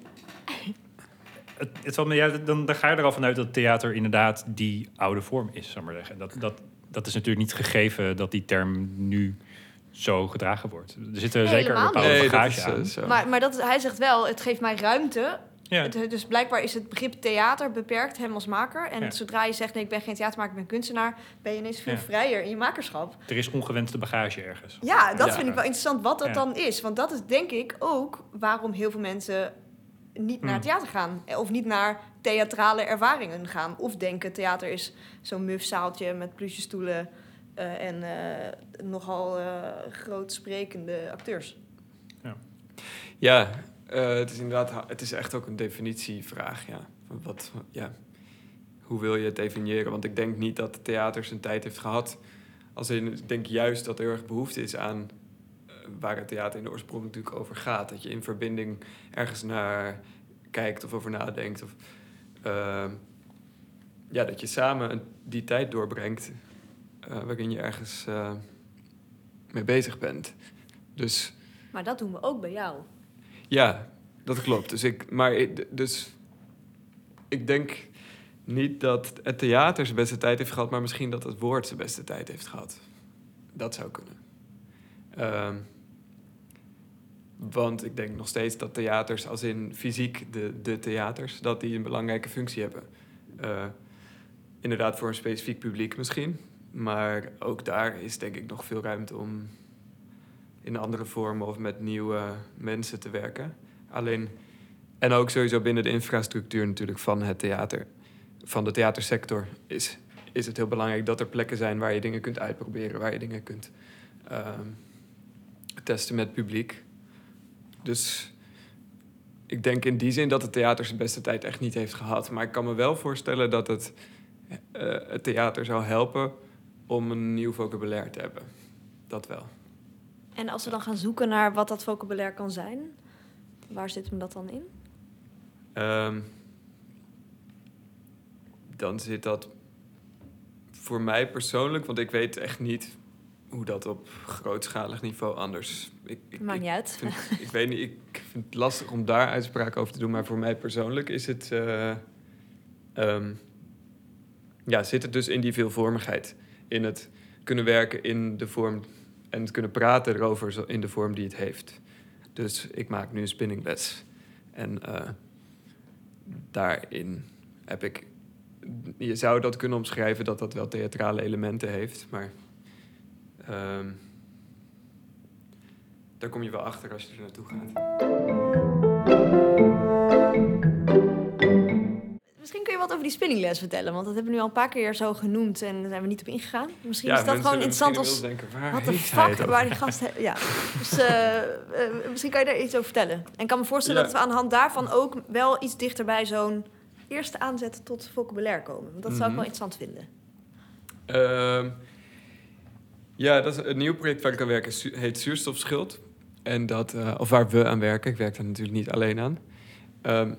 het, het valt me, ja, dan, dan ga je er al vanuit dat theater inderdaad die oude vorm is, zou ik maar zeggen. Dat, dat, dat is natuurlijk niet gegeven dat die term nu zo gedragen wordt. Er zit er zeker een Helemaal bepaalde Nee, dat bagage is, aan. uh, zo. Maar, maar dat, is- hij zegt wel, het geeft mij ruimte. Ja. Het, dus blijkbaar is het begrip theater beperkt hem als maker. En Ja. zodra je zegt, nee, ik ben geen theatermaker, ik ben kunstenaar... ben je ineens veel Ja. vrijer in je makerschap. Er is ongewenste bagage ergens. Ja, dat Ja. vind ik wel interessant wat dat Ja. dan is. Want dat is denk ik ook waarom heel veel mensen niet naar Hmm. theater gaan. Of niet naar theatrale ervaringen gaan. Of denken, theater is zo'n muf zaaltje met pluche-stoelen... Uh, en uh, nogal uh, groot sprekende acteurs. Ja, uh, het is inderdaad, het is echt ook een definitievraag, ja. Van Wat, ja. Hoe wil je het definiëren? Want ik denk niet dat theater zijn tijd heeft gehad. Als in, ik denk juist dat er heel erg behoefte is aan uh, waar het theater in de oorsprong natuurlijk over gaat. Dat je in verbinding ergens naar kijkt of over nadenkt. Of, uh, ja, dat je samen een, die tijd doorbrengt uh, waarin je ergens uh, mee bezig bent. Dus... Maar dat doen we ook bij jou. Ja, dat klopt. Dus ik, maar ik, dus, ik denk niet dat het theater zijn beste tijd heeft gehad... maar misschien dat het woord zijn beste tijd heeft gehad. Dat zou kunnen. Um, want ik denk nog steeds dat theaters, als in fysiek de, de theaters... dat die een belangrijke functie hebben. Uh, inderdaad voor een specifiek publiek misschien. Maar ook daar is denk ik nog veel ruimte om... in andere vormen of met nieuwe mensen te werken. Alleen, en ook sowieso binnen de infrastructuur natuurlijk van het theater, van de theatersector, is, is het heel belangrijk dat er plekken zijn waar je dingen kunt uitproberen, waar je dingen kunt uh, testen met publiek. Dus ik denk in die zin dat het theater zijn beste tijd echt niet heeft gehad. Maar ik kan me wel voorstellen dat het, uh, het theater zou helpen om een nieuw vocabulaire te hebben. Dat wel. En als we dan gaan zoeken naar wat dat vocabulaire kan zijn... waar zit hem dat dan in? Um, dan zit dat voor mij persoonlijk... want ik weet echt niet hoe dat op grootschalig niveau anders... Ik, ik, Maakt ik niet uit. Vind, ik weet niet, ik vind het lastig om daar uitspraak over te doen... maar voor mij persoonlijk is het... Uh, um, ja, zit het dus in die veelvormigheid. In het kunnen werken in de vorm... en het kunnen praten erover in de vorm die het heeft. Dus ik maak nu een spinningles. En uh, daarin heb ik... Je zou dat kunnen omschrijven dat dat wel theatrale elementen heeft. Maar um, daar kom je wel achter als je er naartoe gaat. Misschien kun je wat over die spinningles vertellen. Want dat hebben we nu al een paar keer zo genoemd. En daar zijn we niet op ingegaan. Misschien Ja, is dat mensen gewoon interessant zullen als... misschien inmiddels denken, waar Wat de heeft hij het fuck, over? waar die gast... he- ja, dus uh, uh, misschien kan je daar iets over vertellen. En ik kan me voorstellen Ja. dat we aan de hand daarvan ook wel iets dichter bij zo'n eerste aanzet tot vocabulaire komen. Want dat zou ik Mhm. wel interessant vinden. Uh, ja, dat is een nieuw project waar ik aan werk. Het heet Zuurstofschuld. En dat, uh, of waar we aan werken. Ik werk daar natuurlijk niet alleen aan. Um,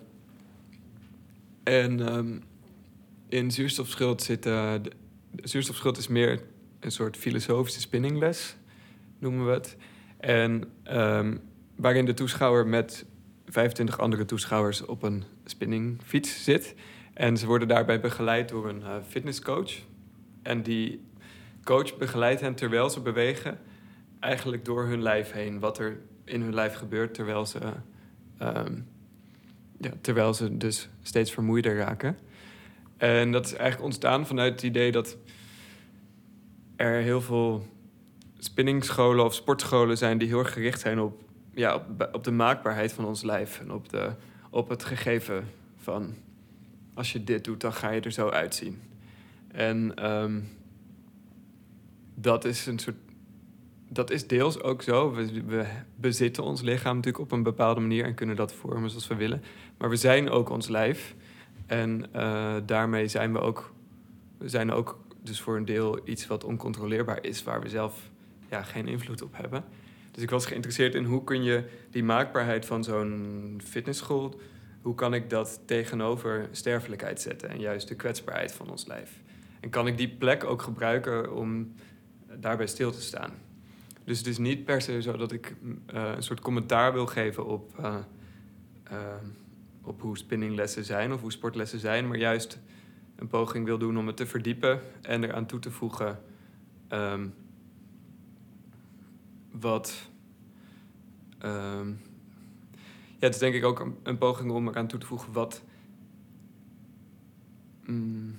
en um, in Zuurstofschuld zit... Uh, de, de zuurstofschuld is meer een soort filosofische spinningles, noemen we het. En um, waarin de toeschouwer met vijfentwintig andere toeschouwers op een spinningfiets zit. En ze worden daarbij begeleid door een uh, fitnesscoach. En die coach begeleidt hen terwijl ze bewegen, eigenlijk door hun lijf heen. Wat er in hun lijf gebeurt terwijl ze, um, ja, terwijl ze dus steeds vermoeider raken. En dat is eigenlijk ontstaan vanuit het idee dat er heel veel spinningscholen of sportscholen zijn die heel erg gericht zijn op, ja, op, op de maakbaarheid van ons lijf. En op, de, op het gegeven van, als je dit doet, dan ga je er zo uitzien. En um, dat is een soort... Dat is deels ook zo. We, we bezitten ons lichaam natuurlijk op een bepaalde manier en kunnen dat vormen zoals we willen. Maar we zijn ook ons lijf. En uh, daarmee zijn we ook... We zijn ook dus voor een deel iets wat oncontroleerbaar is, waar we zelf ja, geen invloed op hebben. Dus ik was geïnteresseerd in hoe kun je die maakbaarheid van zo'n fitnessschool, hoe kan ik dat tegenover sterfelijkheid zetten en juist de kwetsbaarheid van ons lijf. En kan ik die plek ook gebruiken om daarbij stil te staan. Dus het is niet per se zo dat ik uh, een soort commentaar wil geven op, uh, uh, op hoe spinninglessen zijn of hoe sportlessen zijn, maar juist een poging wil doen om het te verdiepen en eraan toe te voegen um, wat... Um, ja, het is denk ik ook een, een poging om eraan toe te voegen wat... Um,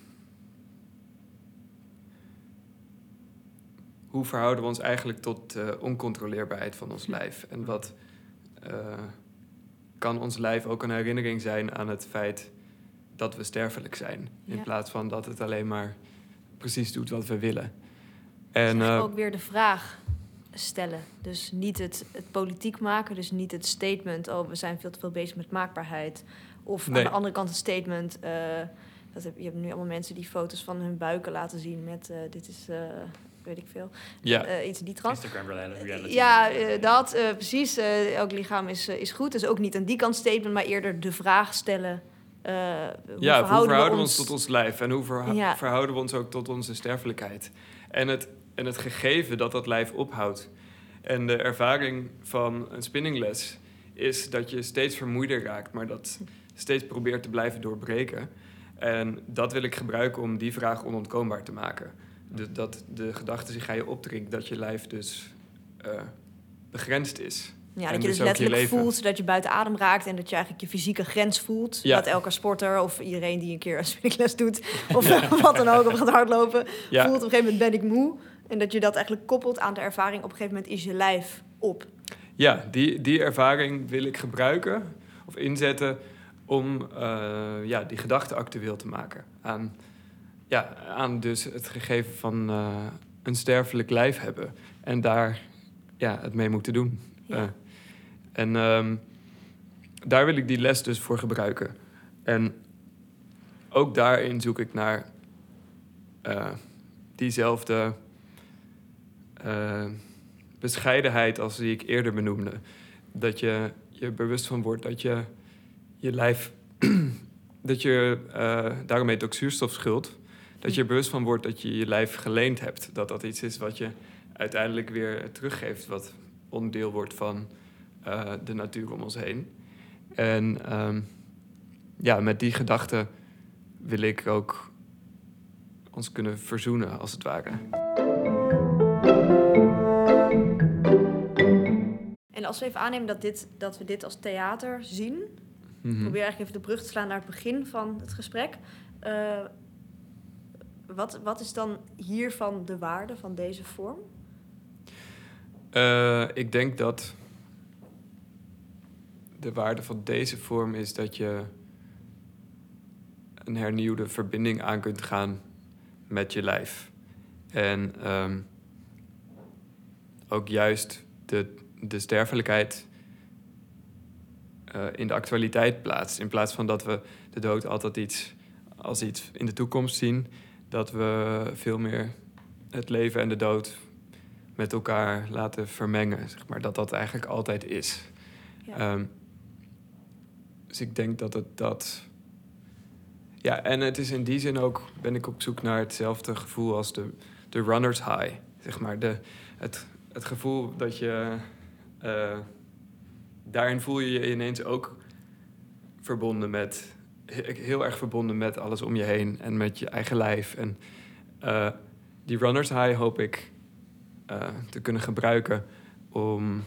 hoe verhouden we ons eigenlijk tot de oncontroleerbaarheid van ons lijf? En wat uh, kan ons lijf ook een herinnering zijn aan het feit dat we sterfelijk zijn, in ja. plaats van dat het alleen maar precies doet wat we willen. En uh, ook weer de vraag stellen. Dus niet het, het politiek maken, dus niet het statement, oh, we zijn veel te veel bezig met maakbaarheid. Of nee. aan de andere kant het statement, uh, dat heb, je hebt nu allemaal mensen die foto's van hun buiken laten zien met, uh, dit is, uh, weet ik veel, ja. uh, iets in die trant. Instagram reality. Ja, uh, dat, uh, precies. Uh, elk lichaam is, uh, is goed. Dus ook niet aan die kant statement, maar eerder de vraag stellen. Uh, hoe ja, verhouden hoe verhouden we ons ons tot ons lijf en hoe verha- ja. verhouden we ons ook tot onze sterfelijkheid? En het, en het gegeven dat dat lijf ophoudt. En de ervaring van een spinningles is dat je steeds vermoeider raakt, maar dat steeds probeert te blijven doorbreken. En dat wil ik gebruiken om die vraag onontkoombaar te maken. De, dat de gedachte zich aan je opdringt dat je lijf dus uh, begrensd is. Ja, dat je dus, dus letterlijk je voelt dat je buiten adem raakt en dat je eigenlijk je fysieke grens voelt. Ja. Dat elke sporter of iedereen die een keer een spinningles doet of ja. wat dan ook, of gaat hardlopen, ja. voelt op een gegeven moment ben ik moe. En dat je dat eigenlijk koppelt aan de ervaring, op een gegeven moment is je lijf op. Ja, die, die ervaring wil ik gebruiken of inzetten om uh, ja, die gedachte actueel te maken. Aan, ja, aan dus het gegeven van uh, een sterfelijk lijf hebben. En daar ja, het mee moeten doen. Ja. Uh, en um, daar wil ik die les dus voor gebruiken. En ook daarin zoek ik naar uh, diezelfde uh, bescheidenheid als die ik eerder benoemde. Dat je je bewust van wordt dat je je lijf... dat je, uh, daarom heet het ook zuurstofschuld. Dat je er bewust van wordt dat je je lijf geleend hebt. Dat dat iets is wat je uiteindelijk weer teruggeeft, wat onderdeel wordt van uh, de natuur om ons heen. En um, ja, met die gedachte wil ik ook ons kunnen verzoenen, als het ware. En als we even aannemen dat, dit, dat we dit als theater zien, mm-hmm. probeer eigenlijk even de brug te slaan naar het begin van het gesprek. Uh, wat, wat is dan hiervan de waarde van deze vorm? Uh, ik denk dat de waarde van deze vorm is dat je een hernieuwde verbinding aan kunt gaan met je lijf. En um, ook juist de, de sterfelijkheid uh, in de actualiteit plaatst. In plaats van dat we de dood altijd iets als iets in de toekomst zien, dat we veel meer het leven en de dood met elkaar laten vermengen. Zeg maar, dat dat eigenlijk altijd is. Ja. Um, dus ik denk dat het dat... Ja, en het is in die zin ook... ben ik op zoek naar hetzelfde gevoel als de, de runner's high. Zeg maar, de, het, het gevoel dat je... Uh, daarin voel je je ineens ook verbonden met... heel erg verbonden met alles om je heen en met je eigen lijf. En uh, die runner's high hoop ik uh, te kunnen gebruiken om...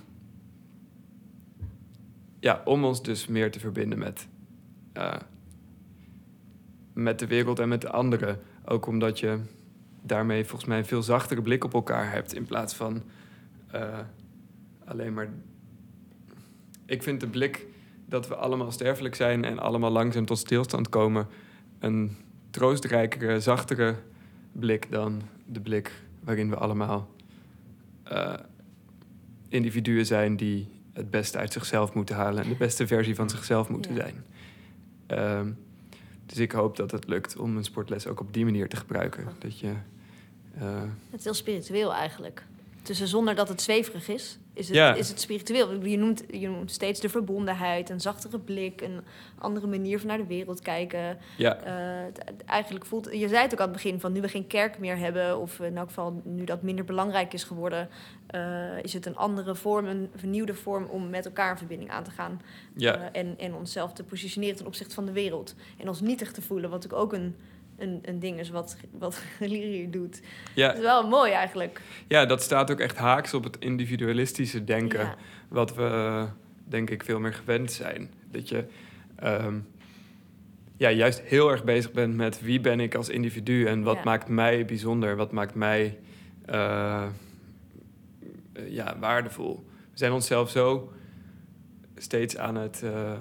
Ja, om ons dus meer te verbinden met, uh, met de wereld en met de anderen. Ook omdat je daarmee volgens mij een veel zachtere blik op elkaar hebt... in plaats van uh, alleen maar... Ik vind de blik dat we allemaal sterfelijk zijn... en allemaal langzaam tot stilstand komen... een troostrijkere, zachtere blik dan de blik... waarin we allemaal uh, individuen zijn... die het beste uit zichzelf moeten halen... en de beste versie van zichzelf moeten ja. zijn. Um, dus ik hoop dat het lukt om een sportles ook op die manier te gebruiken. Dat je... Uh, het is heel spiritueel eigenlijk. Dus zonder dat het zweverig is, is het, ja. is het spiritueel. Je noemt, je noemt steeds de verbondenheid, een zachtere blik... een andere manier van naar de wereld kijken. Ja. Uh, het, eigenlijk voelt... Je zei het ook aan het begin, van nu we geen kerk meer hebben... of in elk geval nu dat minder belangrijk is geworden... Uh, is het een andere vorm, een vernieuwde vorm... om met elkaar in verbinding aan te gaan. Ja. Uh, en, en onszelf te positioneren ten opzichte van de wereld. En ons nietig te voelen, wat ook een... Een, een ding is wat, wat Religie doet. Ja. Dat is wel mooi eigenlijk. Ja, dat staat ook echt haaks op het individualistische denken. Ja. Wat we, uh, denk ik, veel meer gewend zijn. Dat je um, ja, juist heel erg bezig bent met wie ben ik als individu... en wat ja. maakt mij bijzonder, wat maakt mij uh, ja, waardevol. We zijn onszelf zo steeds aan het... Uh,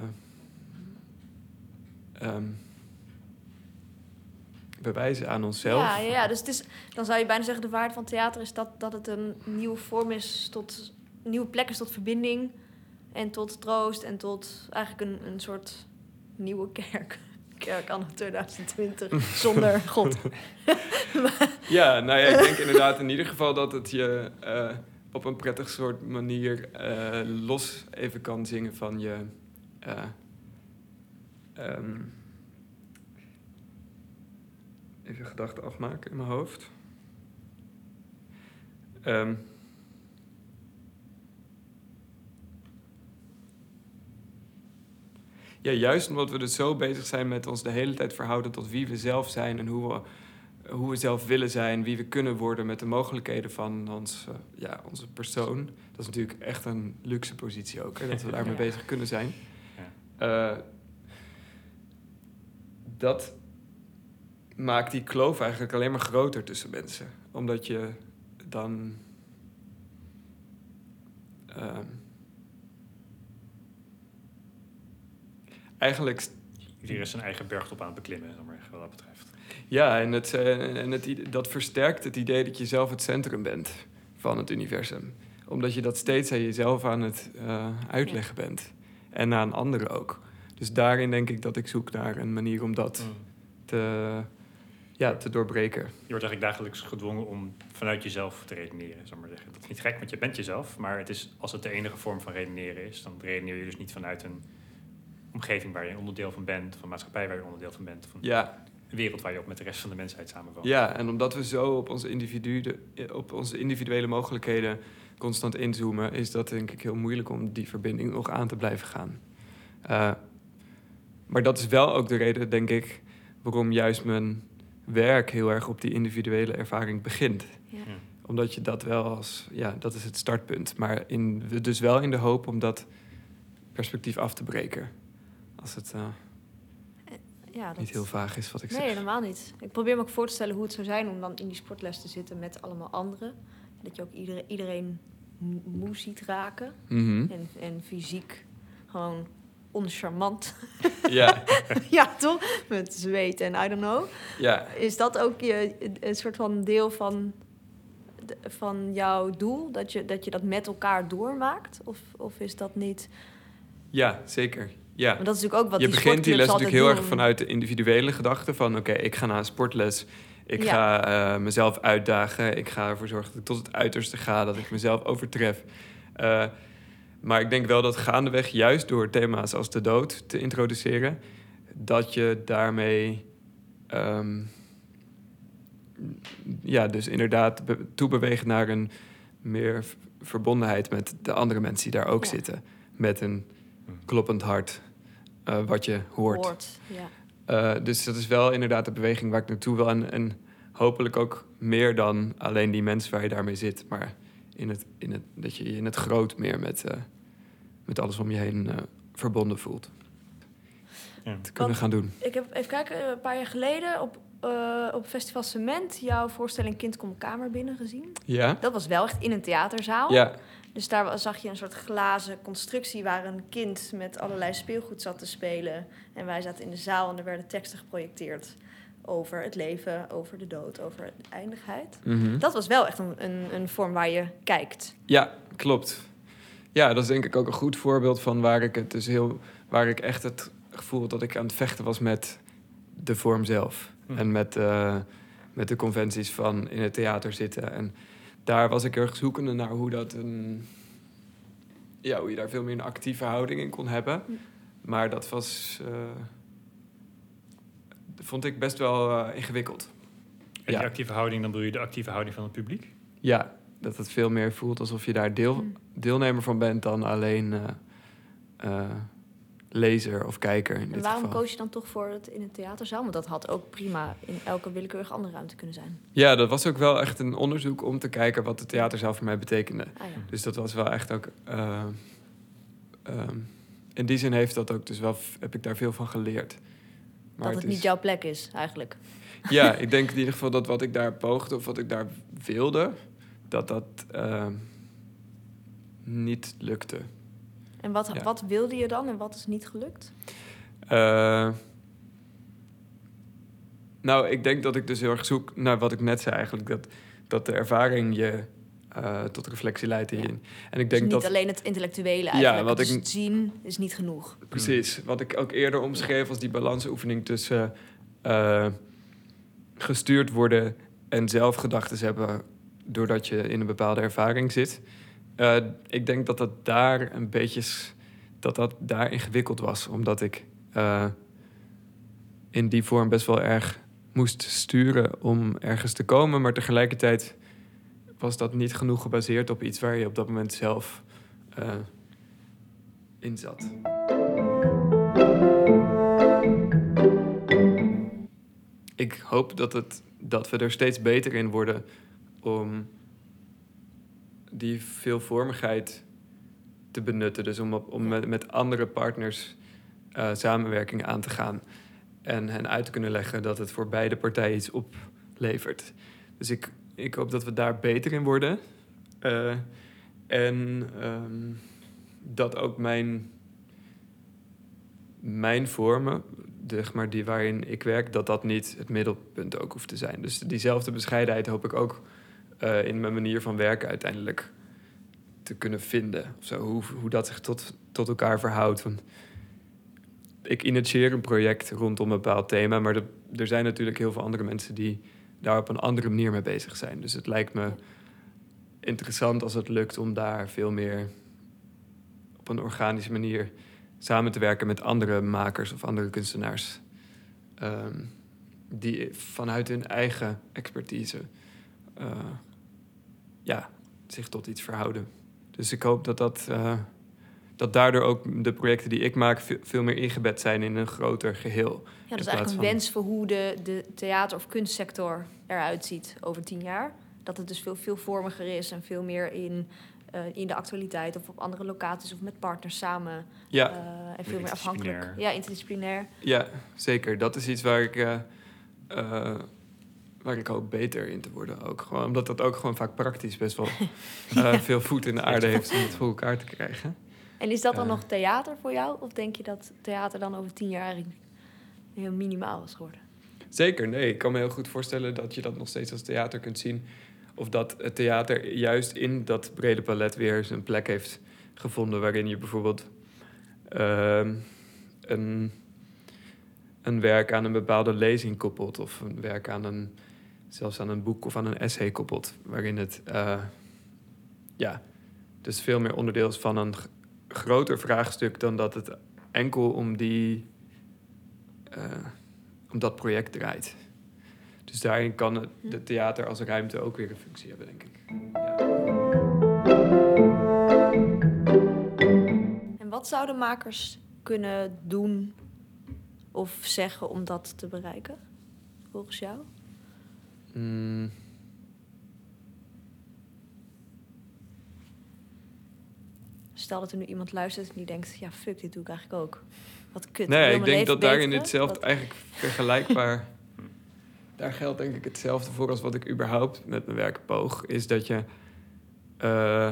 um, bewijzen aan onszelf. Ja, ja, ja, dus het is, dan zou je bijna zeggen... de waarde van theater is dat, dat het een nieuwe vorm is... tot een nieuwe plek is tot verbinding... en tot troost en tot eigenlijk een, een soort nieuwe kerk. Kerk anno twintig twintig, zonder God. Ja, nou ja, ik denk inderdaad in ieder geval... dat het je uh, op een prettig soort manier... Uh, los even kan zingen van je... Uh, um, Even gedachten afmaken in mijn hoofd. Um, ja, juist omdat we dus zo bezig zijn met ons de hele tijd verhouden... tot wie we zelf zijn en hoe we, hoe we zelf willen zijn... wie we kunnen worden met de mogelijkheden van ons, uh, ja, onze persoon. Dat is natuurlijk echt een luxe positie ook, hè, dat we daarmee ja. bezig kunnen zijn. Ja. Uh, dat... maakt die kloof eigenlijk alleen maar groter tussen mensen. Omdat je dan... Uh, eigenlijk... Iedereen is zijn eigen bergtop aan het beklimmen, wat dat betreft. Ja, en, het, uh, en het, dat versterkt het idee dat je zelf het centrum bent van het universum. Omdat je dat steeds aan jezelf aan het uh, uitleggen ja. bent. En aan anderen ook. Dus daarin denk ik dat ik zoek naar een manier om dat mm. te... Ja, te doorbreken. Je wordt eigenlijk dagelijks gedwongen om vanuit jezelf te redeneren, zal ik maar zeggen. Dat is niet gek, want je bent jezelf. Maar het is, als het de enige vorm van redeneren is... dan redeneer je dus niet vanuit een omgeving waar je een onderdeel van bent... van een maatschappij waar je onderdeel van bent... van ja. een wereld waar je ook met de rest van de mensheid samenwoont. Ja, en omdat we zo op onze, individu, op onze individuele mogelijkheden constant inzoomen... is dat denk ik heel moeilijk om die verbinding nog aan te blijven gaan. Uh, maar dat is wel ook de reden, denk ik... waarom juist mijn... werk heel erg op die individuele ervaring begint. Ja. Ja. Omdat je dat wel als... Ja, dat is het startpunt. Maar in, dus wel in de hoop om dat perspectief af te breken. Als het uh, ja, dat... niet heel vaag is wat ik nee, zeg. Nee, helemaal niet. Ik probeer me ook voor te stellen hoe het zou zijn... om dan in die sportles te zitten met allemaal anderen. Dat je ook iedereen, iedereen moe ziet raken. Mm-hmm. En, en fysiek gewoon... oncharmant. Ja. Ja, toch? Met zweet en I don't know. Ja. Is dat ook je, een soort van deel van, van jouw doel? Dat je, dat je dat met elkaar doormaakt? Of, of is dat niet... Ja, zeker. Ja. Maar dat is natuurlijk ook wat je die begint die les sportclubs natuurlijk heel altijd erg doen. vanuit de individuele gedachte... van oké, okay, ik ga naar een sportles... Ik Ja. ga eh, mezelf uitdagen. Ik ga ervoor zorgen dat ik tot het uiterste ga. Dat ik mezelf overtref. Uh, maar ik denk wel dat gaandeweg, juist door thema's als de dood te introduceren, dat je daarmee um, ja, dus inderdaad be- toebeweegt naar een meer v- verbondenheid met de andere mensen die daar ook Ja. zitten. Met een kloppend hart, uh, wat je hoort. Hoort, ja. Uh, dus dat is wel inderdaad de beweging waar ik naartoe wil. En, en hopelijk ook meer dan alleen die mensen waar je daarmee zit. Maar in het, in het, dat je je in het groot meer met, uh, met alles om je heen uh, verbonden voelt. Ja. Te kunnen Want gaan doen. Ik heb even kijken, een paar jaar geleden op, uh, op Festival Cement jouw voorstelling Kind komt de kamer binnen gezien. Ja? Dat was wel echt in een theaterzaal. Ja. Dus daar zag je een soort glazen constructie waar een kind met allerlei speelgoed zat te spelen. En wij zaten in de zaal en er werden teksten geprojecteerd over het leven, over de dood, over de eindigheid. Mm-hmm. Dat was wel echt een, een, een vorm waar je kijkt. Ja, klopt. Ja, dat is denk ik ook een goed voorbeeld van waar ik het dus heel, waar ik echt het gevoel dat ik aan het vechten was met de vorm zelf. Hm. En met, uh, met de conventies van in het theater zitten. En daar was ik erg zoekende naar hoe dat een, ja, hoe je daar veel meer een actieve houding in kon hebben. Hm. Maar dat was, uh, vond ik best wel uh, ingewikkeld. En die ja. actieve houding, dan bedoel je de actieve houding van het publiek? Ja, dat het veel meer voelt alsof je daar deel, mm. deelnemer van bent dan alleen uh, uh, lezer of kijker. In en dit waarom geval. koos je dan toch voor het in het theaterzaal? Want dat had ook prima in elke willekeurige andere ruimte kunnen zijn. Ja, dat was ook wel echt een onderzoek om te kijken wat het theaterzaal voor mij betekende. Ah, ja. Dus dat was wel echt ook... Uh, uh, in die zin heeft dat ook dus wel, heb ik daar veel van geleerd. Maar dat het, het is... niet jouw plek is, eigenlijk. Ja, ik denk in ieder geval dat wat ik daar poogde of wat ik daar wilde, dat dat uh, niet lukte. En wat, ja. wat wilde je dan en wat is niet gelukt? Uh, nou, ik denk dat ik dus heel erg zoek naar wat ik net zei eigenlijk. Dat, dat de ervaring je uh, tot reflectie leidt in. Ja. En ik denk dus niet dat, alleen het intellectuele eigenlijk. Ja, wat dus ik, het zien is niet genoeg. Precies. Wat ik ook eerder omschreef als die balansoefening tussen uh, gestuurd worden en zelf gedachten hebben doordat je in een bepaalde ervaring zit. Uh, ik denk dat dat daar een beetje dat dat daar ingewikkeld was, omdat ik uh, in die vorm best wel erg moest sturen om ergens te komen, maar tegelijkertijd was dat niet genoeg gebaseerd op iets waar je op dat moment zelf uh, in zat. Ik hoop dat, het, dat we er steeds beter in worden om die veelvormigheid te benutten. Dus om, op, om met, met andere partners uh, samenwerking aan te gaan. En hen uit te kunnen leggen dat het voor beide partijen iets oplevert. Dus ik, ik hoop dat we daar beter in worden. Uh, en um, dat ook mijn, mijn vormen, zeg maar die waarin ik werk, dat dat niet het middelpunt ook hoeft te zijn. Dus diezelfde bescheidenheid hoop ik ook uh, in mijn manier van werken uiteindelijk te kunnen vinden. Of zo, hoe, hoe dat zich tot, tot elkaar verhoudt. Want ik initieer een project rondom een bepaald thema, maar de, er zijn natuurlijk heel veel andere mensen die daar op een andere manier mee bezig zijn. Dus het lijkt me interessant als het lukt om daar veel meer op een organische manier samen te werken met andere makers of andere kunstenaars. Um, die vanuit hun eigen expertise uh, ja, zich tot iets verhouden. Dus ik hoop dat, dat, uh, dat daardoor ook de projecten die ik maak veel, veel meer ingebed zijn in een groter geheel. Ja, dat is eigenlijk een van wens voor hoe de, de theater- of kunstsector eruit ziet over tien jaar. Dat het dus veel veelvormiger is en veel meer in, uh, in de actualiteit of op andere locaties of met partners samen. Ja. Uh, en veel meer afhankelijk. Ja, interdisciplinair. Ja, zeker. Dat is iets waar ik, uh, uh, waar ik hoop beter in te worden ook. Gewoon, omdat dat ook gewoon vaak praktisch best wel uh, ja. veel voet in de aarde heeft om het voor elkaar te krijgen. En is dat dan uh, nog theater voor jou? Of denk je dat theater dan over tien jaar eigenlijk heel minimaal is geworden? Zeker, nee. Ik kan me heel goed voorstellen dat je dat nog steeds als theater kunt zien. Of dat het theater juist in dat brede palet weer zijn plek heeft gevonden, waarin je bijvoorbeeld uh, een, een werk aan een bepaalde lezing koppelt of een werk aan een zelfs aan een boek of aan een essay koppelt. Waarin het uh, ja, dus veel meer onderdeel is van een g- groter vraagstuk dan dat het enkel om, die, uh, om dat project draait. Dus daarin kan het de theater als ruimte ook weer een functie hebben, denk ik. Ja. En wat zouden makers kunnen doen of zeggen om dat te bereiken, volgens jou? Mm. Stel dat er nu iemand luistert en die denkt, ja, fuck, dit doe ik eigenlijk ook. Wat kut. Nee, wil ik mijn denk leven dat daarin beteren. hetzelfde Wat... eigenlijk vergelijkbaar... Daar geldt denk ik hetzelfde voor als wat ik überhaupt met mijn werk poog. Is dat je uh,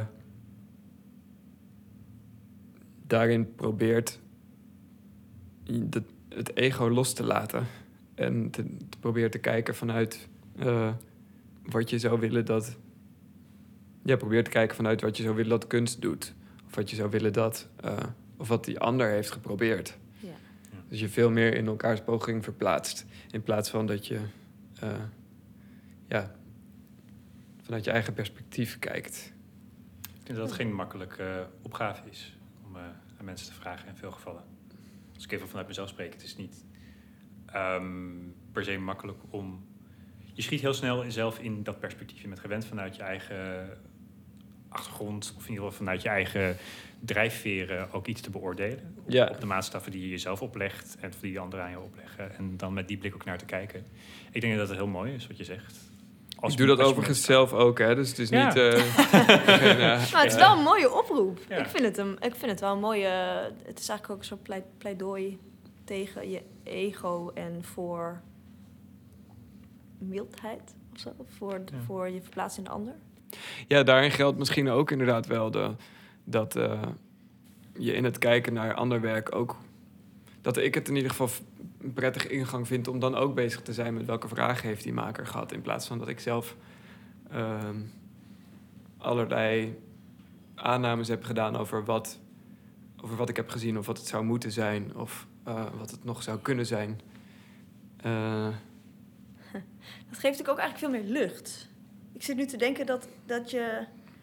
daarin probeert de, het ego los te laten. En te, te probeert te kijken vanuit uh, wat je zou willen dat... Ja, probeer te kijken vanuit wat je zou willen dat kunst doet. Of wat je zou willen dat... Uh, of wat die ander heeft geprobeerd. Ja. Dus je veel meer in elkaars poging verplaatst. In plaats van dat je... Uh, ja, vanuit je eigen perspectief kijkt. Ik denk dat het geen makkelijke uh, opgave is om uh, aan mensen te vragen in veel gevallen. Als ik even vanuit mezelf spreek, het is niet um, per se makkelijk om... Je schiet heel snel zelf in dat perspectief. Je bent gewend vanuit je eigen achtergrond, of in ieder geval vanuit je eigen drijfveren ook iets te beoordelen. Op, ja. op de maatstaven die je jezelf oplegt en die anderen aan je opleggen. En dan met die blik ook naar te kijken. Ik denk dat het heel mooi is wat je zegt. Als ik doe dat overigens zelf ook, hè? Dus het is ja. niet... Uh, geen, uh, nou, het is wel een mooie oproep. Ja. Ik, vind het een, ik vind het wel een mooie... Het is eigenlijk ook een soort pleit, pleidooi tegen je ego en voor mildheid of zo. Voor, Ja. voor je verplaatsen in de ander. Ja, daarin geldt misschien ook inderdaad wel de, dat uh, je in het kijken naar ander werk ook... Dat ik het in ieder geval een prettige ingang vind om dan ook bezig te zijn met welke vragen heeft die maker gehad. In plaats van dat ik zelf uh, allerlei aannames heb gedaan over wat, over wat ik heb gezien of wat het zou moeten zijn of uh, wat het nog zou kunnen zijn. Uh, dat geeft natuurlijk ook eigenlijk veel meer lucht. Ik zit nu te denken dat, dat je,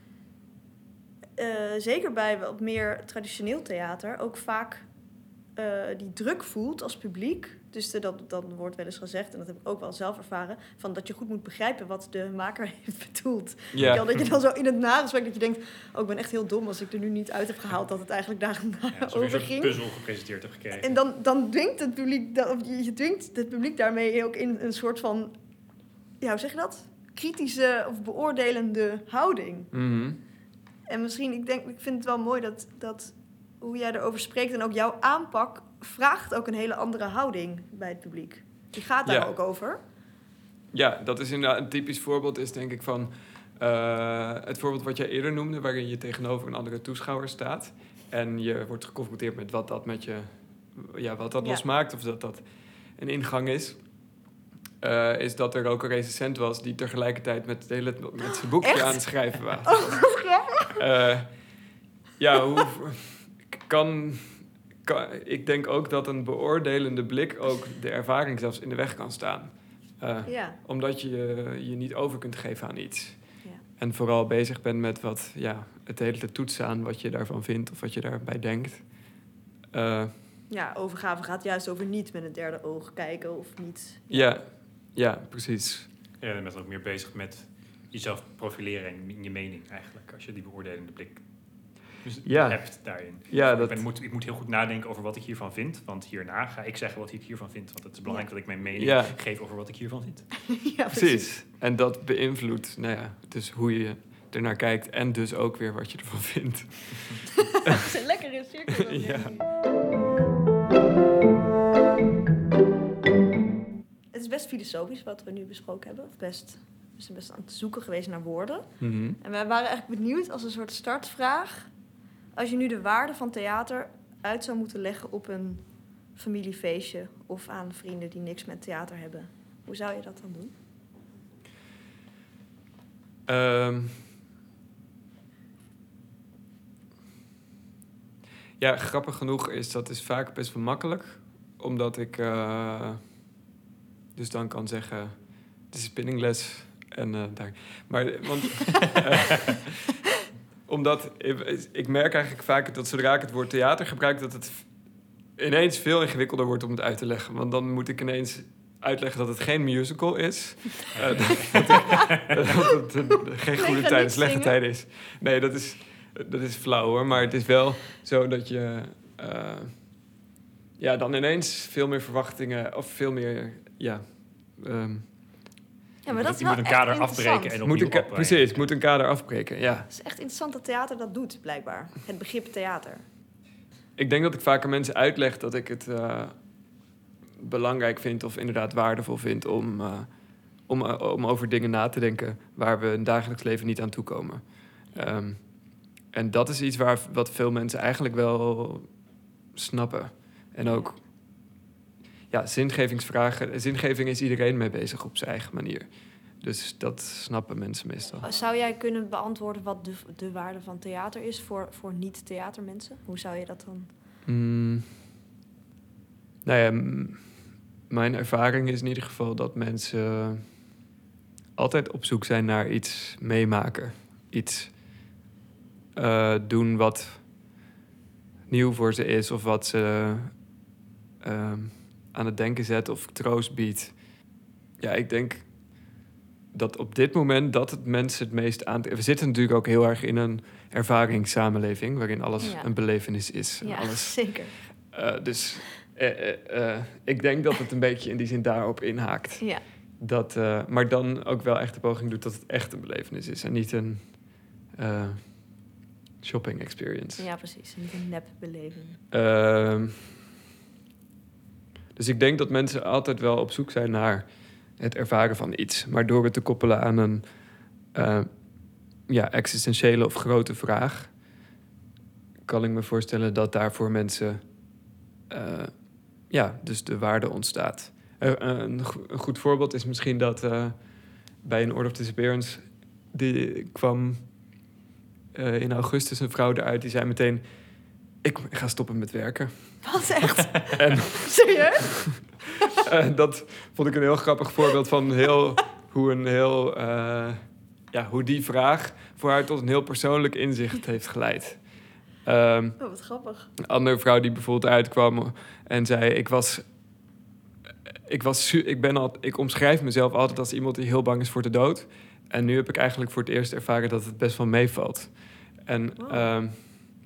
uh, zeker bij wat meer traditioneel theater, ook vaak uh, die druk voelt als publiek. Dus de, dat, dat wordt wel eens gezegd, en dat heb ik ook wel zelf ervaren, van dat je goed moet begrijpen wat de maker heeft bedoeld. Ja. Ja. Dat je dan zo in het nagesprek dat je denkt, oh, ik ben echt heel dom als ik er nu niet uit heb gehaald dat het eigenlijk daar ja, over ging. Een puzzel gepresenteerd hebt gekregen. En dan, dan dwingt het publiek, dat, of je, je dwingt het publiek daarmee ook in een soort van, ja, hoe zeg je dat? Kritische of beoordelende houding. mm-hmm. En misschien, ik denk, ik vind het wel mooi dat, dat hoe jij erover spreekt en ook jouw aanpak vraagt ook een hele andere houding bij het publiek. Die gaat daar ja. ook over. Ja, dat is inderdaad een typisch voorbeeld is denk ik van uh, het voorbeeld wat jij eerder noemde, waarin je tegenover een andere toeschouwer staat en je wordt geconfronteerd met wat dat met je, ja, wat dat ja. losmaakt of dat dat een ingang is. Uh, is dat er ook een recensent was die tegelijkertijd met, het hele, met zijn boekje Echt? aan het schrijven was. Oh, ja? Uh, ja, hoe kan, kan... Ik denk ook dat een beoordelende blik ook de ervaring zelfs in de weg kan staan. Uh, Ja. Omdat je je niet over kunt geven aan iets. Ja. En vooral bezig bent met wat, ja, het hele te toetsen aan wat je daarvan vindt of wat je daarbij denkt. Uh, Ja, overgave gaat juist over niet met een derde oog kijken of niet. ja, ja, precies. Ja, je bent ook meer bezig met jezelf profileren en je mening eigenlijk, als je die beoordelende blik dus ja. hebt daarin. Ja, ik, dat... ben, moet, ik moet heel goed nadenken over wat ik hiervan vind, want hierna ga ik zeggen wat ik hiervan vind. Want het is belangrijk Ja. dat ik mijn mening Ja. geef over wat ik hiervan vind. Ja, Precies. En dat beïnvloedt, nou ja, dus hoe je ernaar kijkt en dus ook weer wat je ervan vindt. Dat is een lekkere cirkel. Ja. Het is best filosofisch wat we nu besproken hebben. Of best, we zijn best aan het zoeken geweest naar woorden. Mm-hmm. En wij waren eigenlijk benieuwd als een soort startvraag. Als je nu de waarde van theater uit zou moeten leggen op een familiefeestje of aan vrienden die niks met theater hebben. Hoe zou je dat dan doen? Um, ja, grappig genoeg is dat is vaak best wel makkelijk. Omdat ik uh, dus dan kan zeggen... de spinningles en uh, daar. Maar, want... uh, omdat ik, ik merk eigenlijk vaak dat zodra ik het woord theater gebruik, dat het ineens veel ingewikkelder wordt om het uit te leggen. Want dan moet ik ineens uitleggen dat het geen musical is. Uh, dat, dat, ik, dat het uh, geen goede tijden, slechte tijden is. Nee, dat is, dat is flauw hoor. Maar het is wel zo dat je uh, ja, dan ineens veel meer verwachtingen of veel meer... Ja, um, ja, maar dat is je wel moet een kader echt afbreken en moet opnieuw een ka- Precies, ik moet een kader afbreken, ja. Het is echt interessant dat theater dat doet, blijkbaar. Het begrip theater. Ik denk dat ik vaker mensen uitleg dat ik het uh, belangrijk vind... of inderdaad waardevol vind om, uh, om, uh, om over dingen na te denken... waar we in het dagelijks leven niet aan toekomen. Um, en dat is iets waar, wat veel mensen eigenlijk wel snappen. En ook... Ja, zingevingsvragen... Zingeving is iedereen mee bezig op zijn eigen manier. Dus dat snappen mensen meestal. Zou jij kunnen beantwoorden wat de, de waarde van theater is voor, voor niet-theatermensen? Hoe zou je dat dan... Mm, nou ja, m- mijn ervaring is in ieder geval dat mensen altijd op zoek zijn naar iets meemaken. Iets uh, doen wat nieuw voor ze is of wat ze uh, aan het denken zet of troost biedt. Ja, ik denk dat op dit moment dat het mensen het meest aan... We zitten natuurlijk ook heel erg in een ervaringssamenleving... waarin alles ja. een belevenis is. Ja, alles. Zeker. Uh, dus uh, uh, uh, ik denk dat het een beetje in die zin daarop inhaakt. Ja. Dat, uh, maar dan ook wel echt de poging doet dat het echt een belevenis is... en niet een uh, shopping experience. Ja, precies. Niet een nepbeleving. Uh, dus ik denk dat mensen altijd wel op zoek zijn naar... het ervaren van iets. Maar door het te koppelen aan een uh, ja, existentiële of grote vraag... kan ik me voorstellen dat daar voor mensen... Uh, ja, dus de waarde ontstaat. Uh, een, go- een goed voorbeeld is misschien dat... Uh, bij een Order of Disappearance... die kwam uh, in augustus een vrouw eruit... die zei meteen... ik ga stoppen met werken. Wat, echt? en, Serieus? Uh, dat vond ik een heel grappig voorbeeld van heel, hoe, een heel, uh, ja, hoe die vraag voor haar tot een heel persoonlijk inzicht heeft geleid. Um, oh, wat grappig. Een andere vrouw die bijvoorbeeld uitkwam en zei... ik was, ik was, su- ik ben al, ik omschrijf mezelf altijd als iemand die heel bang is voor de dood. En nu heb ik eigenlijk voor het eerst ervaren dat het best wel meevalt. En oh. um,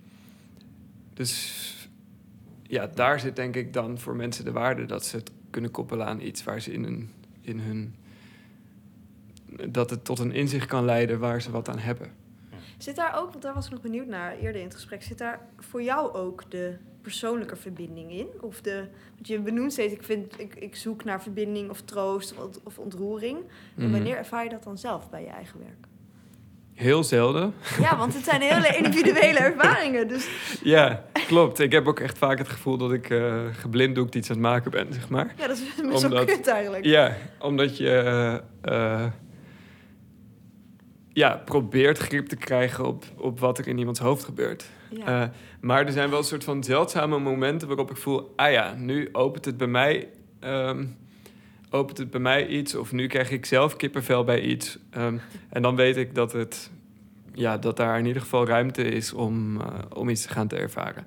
dus ja, daar zit denk ik dan voor mensen de waarde dat ze het kunnen koppelen aan iets waar ze in, een, in hun... dat het tot een inzicht kan leiden waar ze wat aan hebben. Zit daar ook, want daar was ik nog benieuwd naar eerder in het gesprek... zit daar voor jou ook de persoonlijke verbinding in? Of de, want je benoemt steeds, ik, vind, ik, ik zoek naar verbinding of troost of, of ontroering. En Mm. wanneer ervaar je dat dan zelf bij je eigen werk? Heel zelden. Ja, want het zijn hele individuele ervaringen. Dus... Ja, klopt. Ik heb ook echt vaak het gevoel dat ik uh, geblinddoekt iets aan het maken ben, zeg maar. Ja, dat is best wel kut eigenlijk. Ja, omdat je... Uh, uh, ja, probeert grip te krijgen op, op wat er in iemands hoofd gebeurt. Ja. Uh, maar er zijn wel een soort van zeldzame momenten waarop ik voel... ah ja, nu opent het bij mij, um, opent het bij mij iets... of nu krijg ik zelf kippenvel bij iets. Um, en dan weet ik dat, het, ja, dat daar in ieder geval ruimte is om, uh, om iets te gaan te ervaren.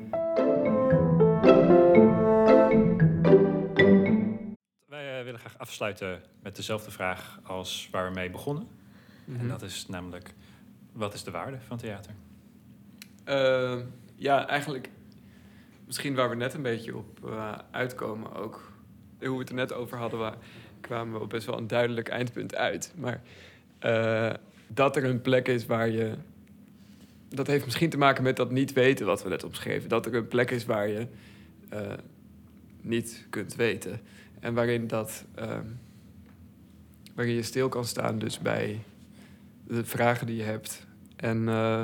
Wij uh, willen graag afsluiten met dezelfde vraag als waar we mee begonnen. Mm-hmm. En dat is namelijk, wat is de waarde van theater? Uh, ja, eigenlijk misschien waar we net een beetje op uh, uitkomen ook. Hoe we het er net over hadden, waar, kwamen we op best wel een duidelijk eindpunt uit. Maar uh, dat er een plek is waar je... Dat heeft misschien te maken met dat niet weten wat we net omschreven. Dat er een plek is waar je uh, niet kunt weten. En waarin, dat, uh, waarin je stil kan staan dus bij de vragen die je hebt. En uh,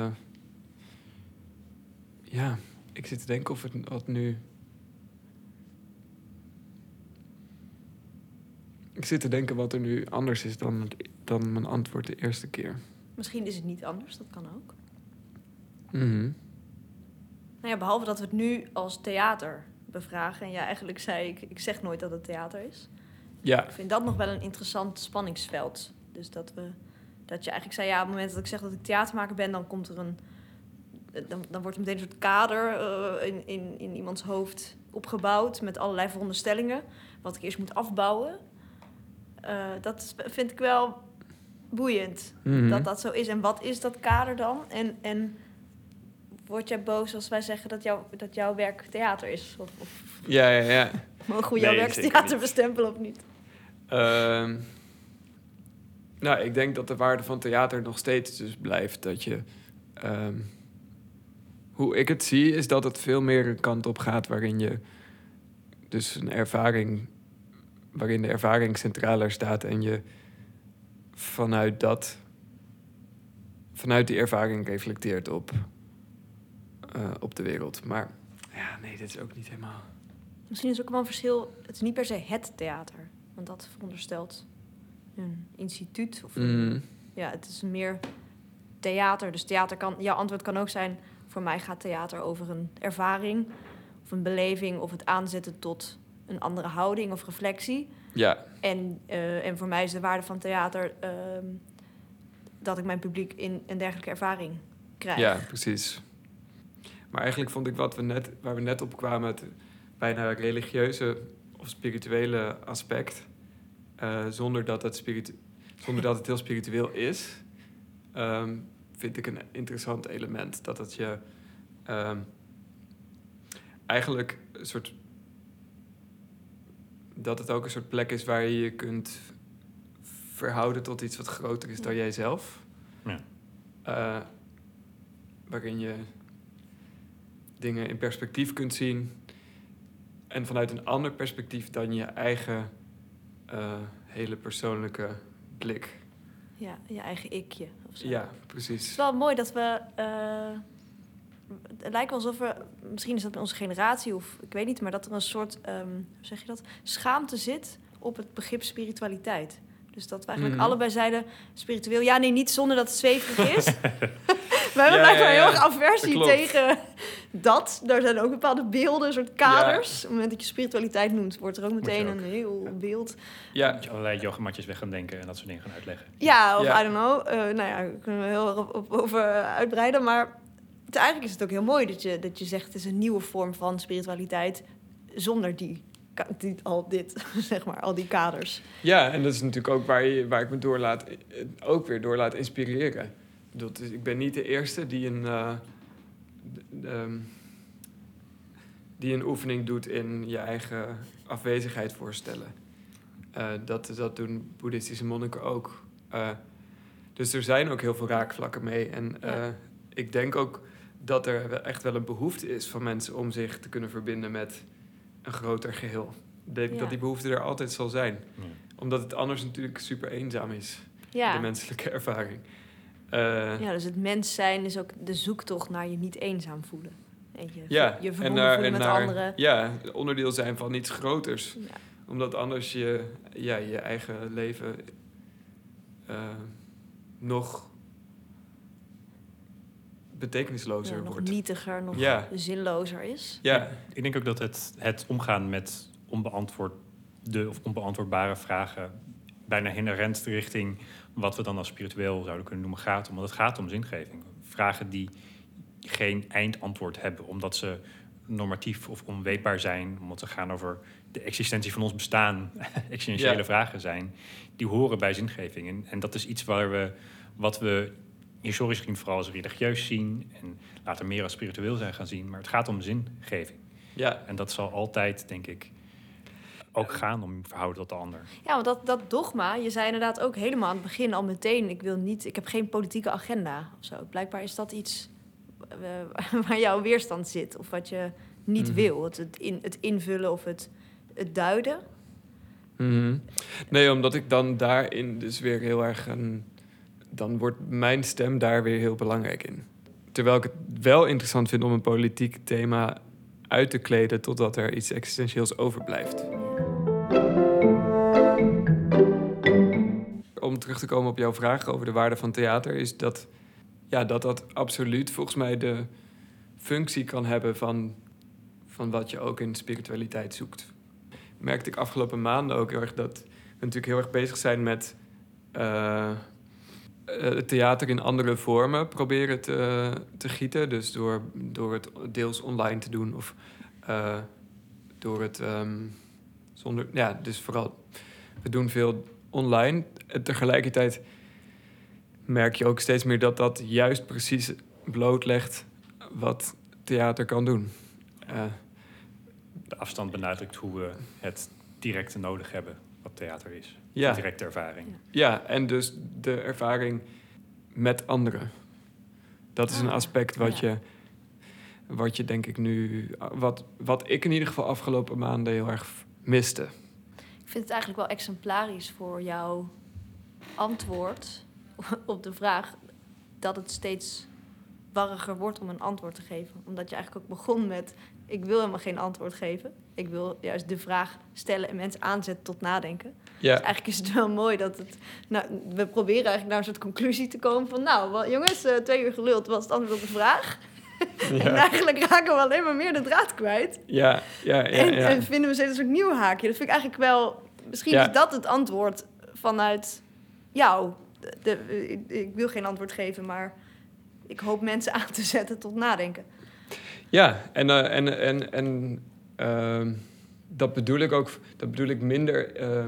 ja, ik zit te denken of het wat nu... Ik zit te denken wat er nu anders is dan, dan mijn antwoord de eerste keer. Misschien is het niet anders, dat kan ook. Mm-hmm. Nou ja, behalve dat we het nu als theater bevragen. En ja, eigenlijk zei ik, ik zeg nooit dat het theater is. Ja. Ik vind dat nog wel een interessant spanningsveld. Dus dat, we, dat je eigenlijk zei, ja, op het moment dat ik zeg dat ik theatermaker ben, dan komt er een... Dan, dan wordt er meteen een soort kader uh, in, in, in iemands hoofd opgebouwd met allerlei veronderstellingen, wat ik eerst moet afbouwen. Uh, dat vind ik wel boeiend, Mm-hmm. dat dat zo is. En wat is dat kader dan? En, en word jij boos als wij zeggen dat, jou, dat jouw werk theater is? Of, of Ja, ja, ja. mogen we jouw Nee, werk zeker theater niet. bestempelen of niet? Uh, nou, ik denk dat de waarde van theater nog steeds dus blijft dat je... Um, hoe ik het zie, is dat het veel meer een kant op gaat waarin je dus een ervaring, waarin de ervaring centraler staat en je vanuit dat, vanuit die ervaring reflecteert op, uh, op de wereld. Maar ja, nee, dit is ook niet helemaal... Misschien is het ook wel een verschil. Het is niet per se het theater, want dat veronderstelt een instituut. Of een, Mm. ja, het is meer theater. Dus theater kan, jouw antwoord kan ook zijn, voor mij gaat theater over een ervaring of een beleving of het aanzetten tot een andere houding of reflectie. Ja. En, uh, en voor mij is de waarde van theater uh, dat ik mijn publiek in een dergelijke ervaring krijg. Ja, precies. Maar eigenlijk vond ik wat we net, waar we net op kwamen, het bijna religieuze of spirituele aspect, uh, zonder, dat het spiritu- zonder dat het heel spiritueel is, um, vind ik een interessant element. Dat het je um, eigenlijk een soort... dat het ook een soort plek is waar je je kunt verhouden tot iets wat groter is dan jijzelf. Ja. Uh, waarin je dingen in perspectief kunt zien. En vanuit een ander perspectief dan je eigen uh, hele persoonlijke blik. Ja, je eigen ikje. Of zo. Ja, precies. Het is wel mooi dat we... Uh, het lijkt wel alsof we... Misschien is dat bij onze generatie of ik weet niet... maar dat er een soort, um, hoe zeg je dat? Schaamte zit op het begrip spiritualiteit. Dus dat we eigenlijk Mm-hmm. allebei zeiden... spiritueel, ja nee, niet zonder dat het zweverig is. We hebben Ja, blijkbaar ja, ja. heel erg aversie Dat klopt. tegen dat. Daar zijn ook bepaalde beelden, een soort kaders. Op het moment dat je spiritualiteit noemt... wordt er ook meteen ook. een heel beeld. Ja, Moet je allerlei yogamatjes weg gaan denken en dat soort dingen gaan uitleggen. Ja, of Ja. I don't know. Uh, nou ja, daar kunnen we heel erg op, op, over uitbreiden. Maar het, eigenlijk is het ook heel mooi dat je, dat je zegt... het is een nieuwe vorm van spiritualiteit zonder die, die al dit, zeg maar, al die kaders. ja, en dat is natuurlijk ook waar, je, waar ik me door laat, ook weer door laat inspireren. Dat is, ik ben niet de eerste die een, uh, d- um, die een oefening doet in je eigen afwezigheid voorstellen. Uh, dat, dat doen boeddhistische monniken ook. Uh, dus er zijn ook heel veel raakvlakken mee. En uh, Ja. ik denk ook dat er wel echt wel een behoefte is van mensen om zich te kunnen verbinden met een groter geheel. Ik denk Ja. dat die behoefte er altijd zal zijn. Ja. Omdat het anders natuurlijk super eenzaam is, Ja. de menselijke ervaring. Uh, ja, dus het mens zijn is ook de zoektocht naar je niet eenzaam voelen. En je, ja, je en verbonden naar, voelen en met naar, anderen. Ja, onderdeel zijn van iets groters. Ja. Omdat anders je, ja, je eigen leven uh, nog betekenislozer Ja, nog wordt. nietiger, nog Ja. zinlozer is. Ja, Ik denk ook dat het, het omgaan met onbeantwoorde of onbeantwoordbare vragen bijna inherent richting wat we dan als spiritueel zouden kunnen noemen gaat. Omdat het gaat om zingeving. Vragen die geen eindantwoord hebben, omdat ze normatief of onweetbaar zijn, omdat ze gaan over de existentie van ons bestaan, existentiële Ja. vragen zijn, die horen bij zingeving. En, en dat is iets waar we, wat we historisch gezien vooral als religieus zien en later meer als spiritueel zijn gaan zien, maar het gaat om zingeving. ja, En dat zal altijd, denk ik, ook gaan om verhouden tot de ander. Ja, want dat, dat dogma, je zei inderdaad ook helemaal aan het begin al meteen... ik wil niet, ik heb geen politieke agenda of zo. Blijkbaar is dat iets uh, waar jouw weerstand zit of wat je niet Mhm. wil. Het, het, in, het invullen of het, het duiden. Mhm. Nee, omdat ik dan daarin dus weer heel erg een... dan wordt mijn stem daar weer heel belangrijk in. Terwijl ik het wel interessant vind om een politiek thema uit te kleden totdat er iets existentieels overblijft. Om terug te komen op jouw vraag over de waarde van theater, is dat ja, dat, dat absoluut volgens mij de functie kan hebben van, van wat je ook in spiritualiteit zoekt. merkte ik afgelopen maanden ook heel erg dat we natuurlijk heel erg bezig zijn met uh, het theater in andere vormen proberen te, te gieten. Dus door, door het deels online te doen of uh, door het um, zonder... Ja, dus vooral, we doen veel online. En tegelijkertijd merk je ook steeds meer dat dat juist precies blootlegt wat theater kan doen. Uh, De afstand benadrukt hoe we het directe nodig hebben, wat theater is. Ja. De directe ervaring. Ja, en dus de ervaring met anderen. Dat is Ah, een aspect wat, ja. je, wat je denk ik nu... Wat, wat ik in ieder geval afgelopen maanden heel erg miste. Ik vind het eigenlijk wel exemplarisch voor jouw antwoord op de vraag dat het steeds warriger wordt om een antwoord te geven. Omdat je eigenlijk ook begon met, ik wil helemaal geen antwoord geven. Ik wil juist de vraag stellen en mensen aanzetten tot nadenken. Ja. Dus eigenlijk is het wel mooi dat het... Nou, we proberen eigenlijk naar een soort conclusie te komen van... Nou, wel, jongens, uh, twee uur geluld was het antwoord op de vraag. Ja. En eigenlijk raken we alleen maar meer de draad kwijt. Ja, ja, ja. En, ja. en vinden we steeds een soort nieuw haakje. Dat vind ik eigenlijk wel... Misschien Ja. is dat het antwoord vanuit jou. De, de, ik, ik wil geen antwoord geven, maar ik hoop mensen aan te zetten tot nadenken. Ja, en, uh, en, en, en uh, dat bedoel ik ook, dat bedoel ik minder. Uh,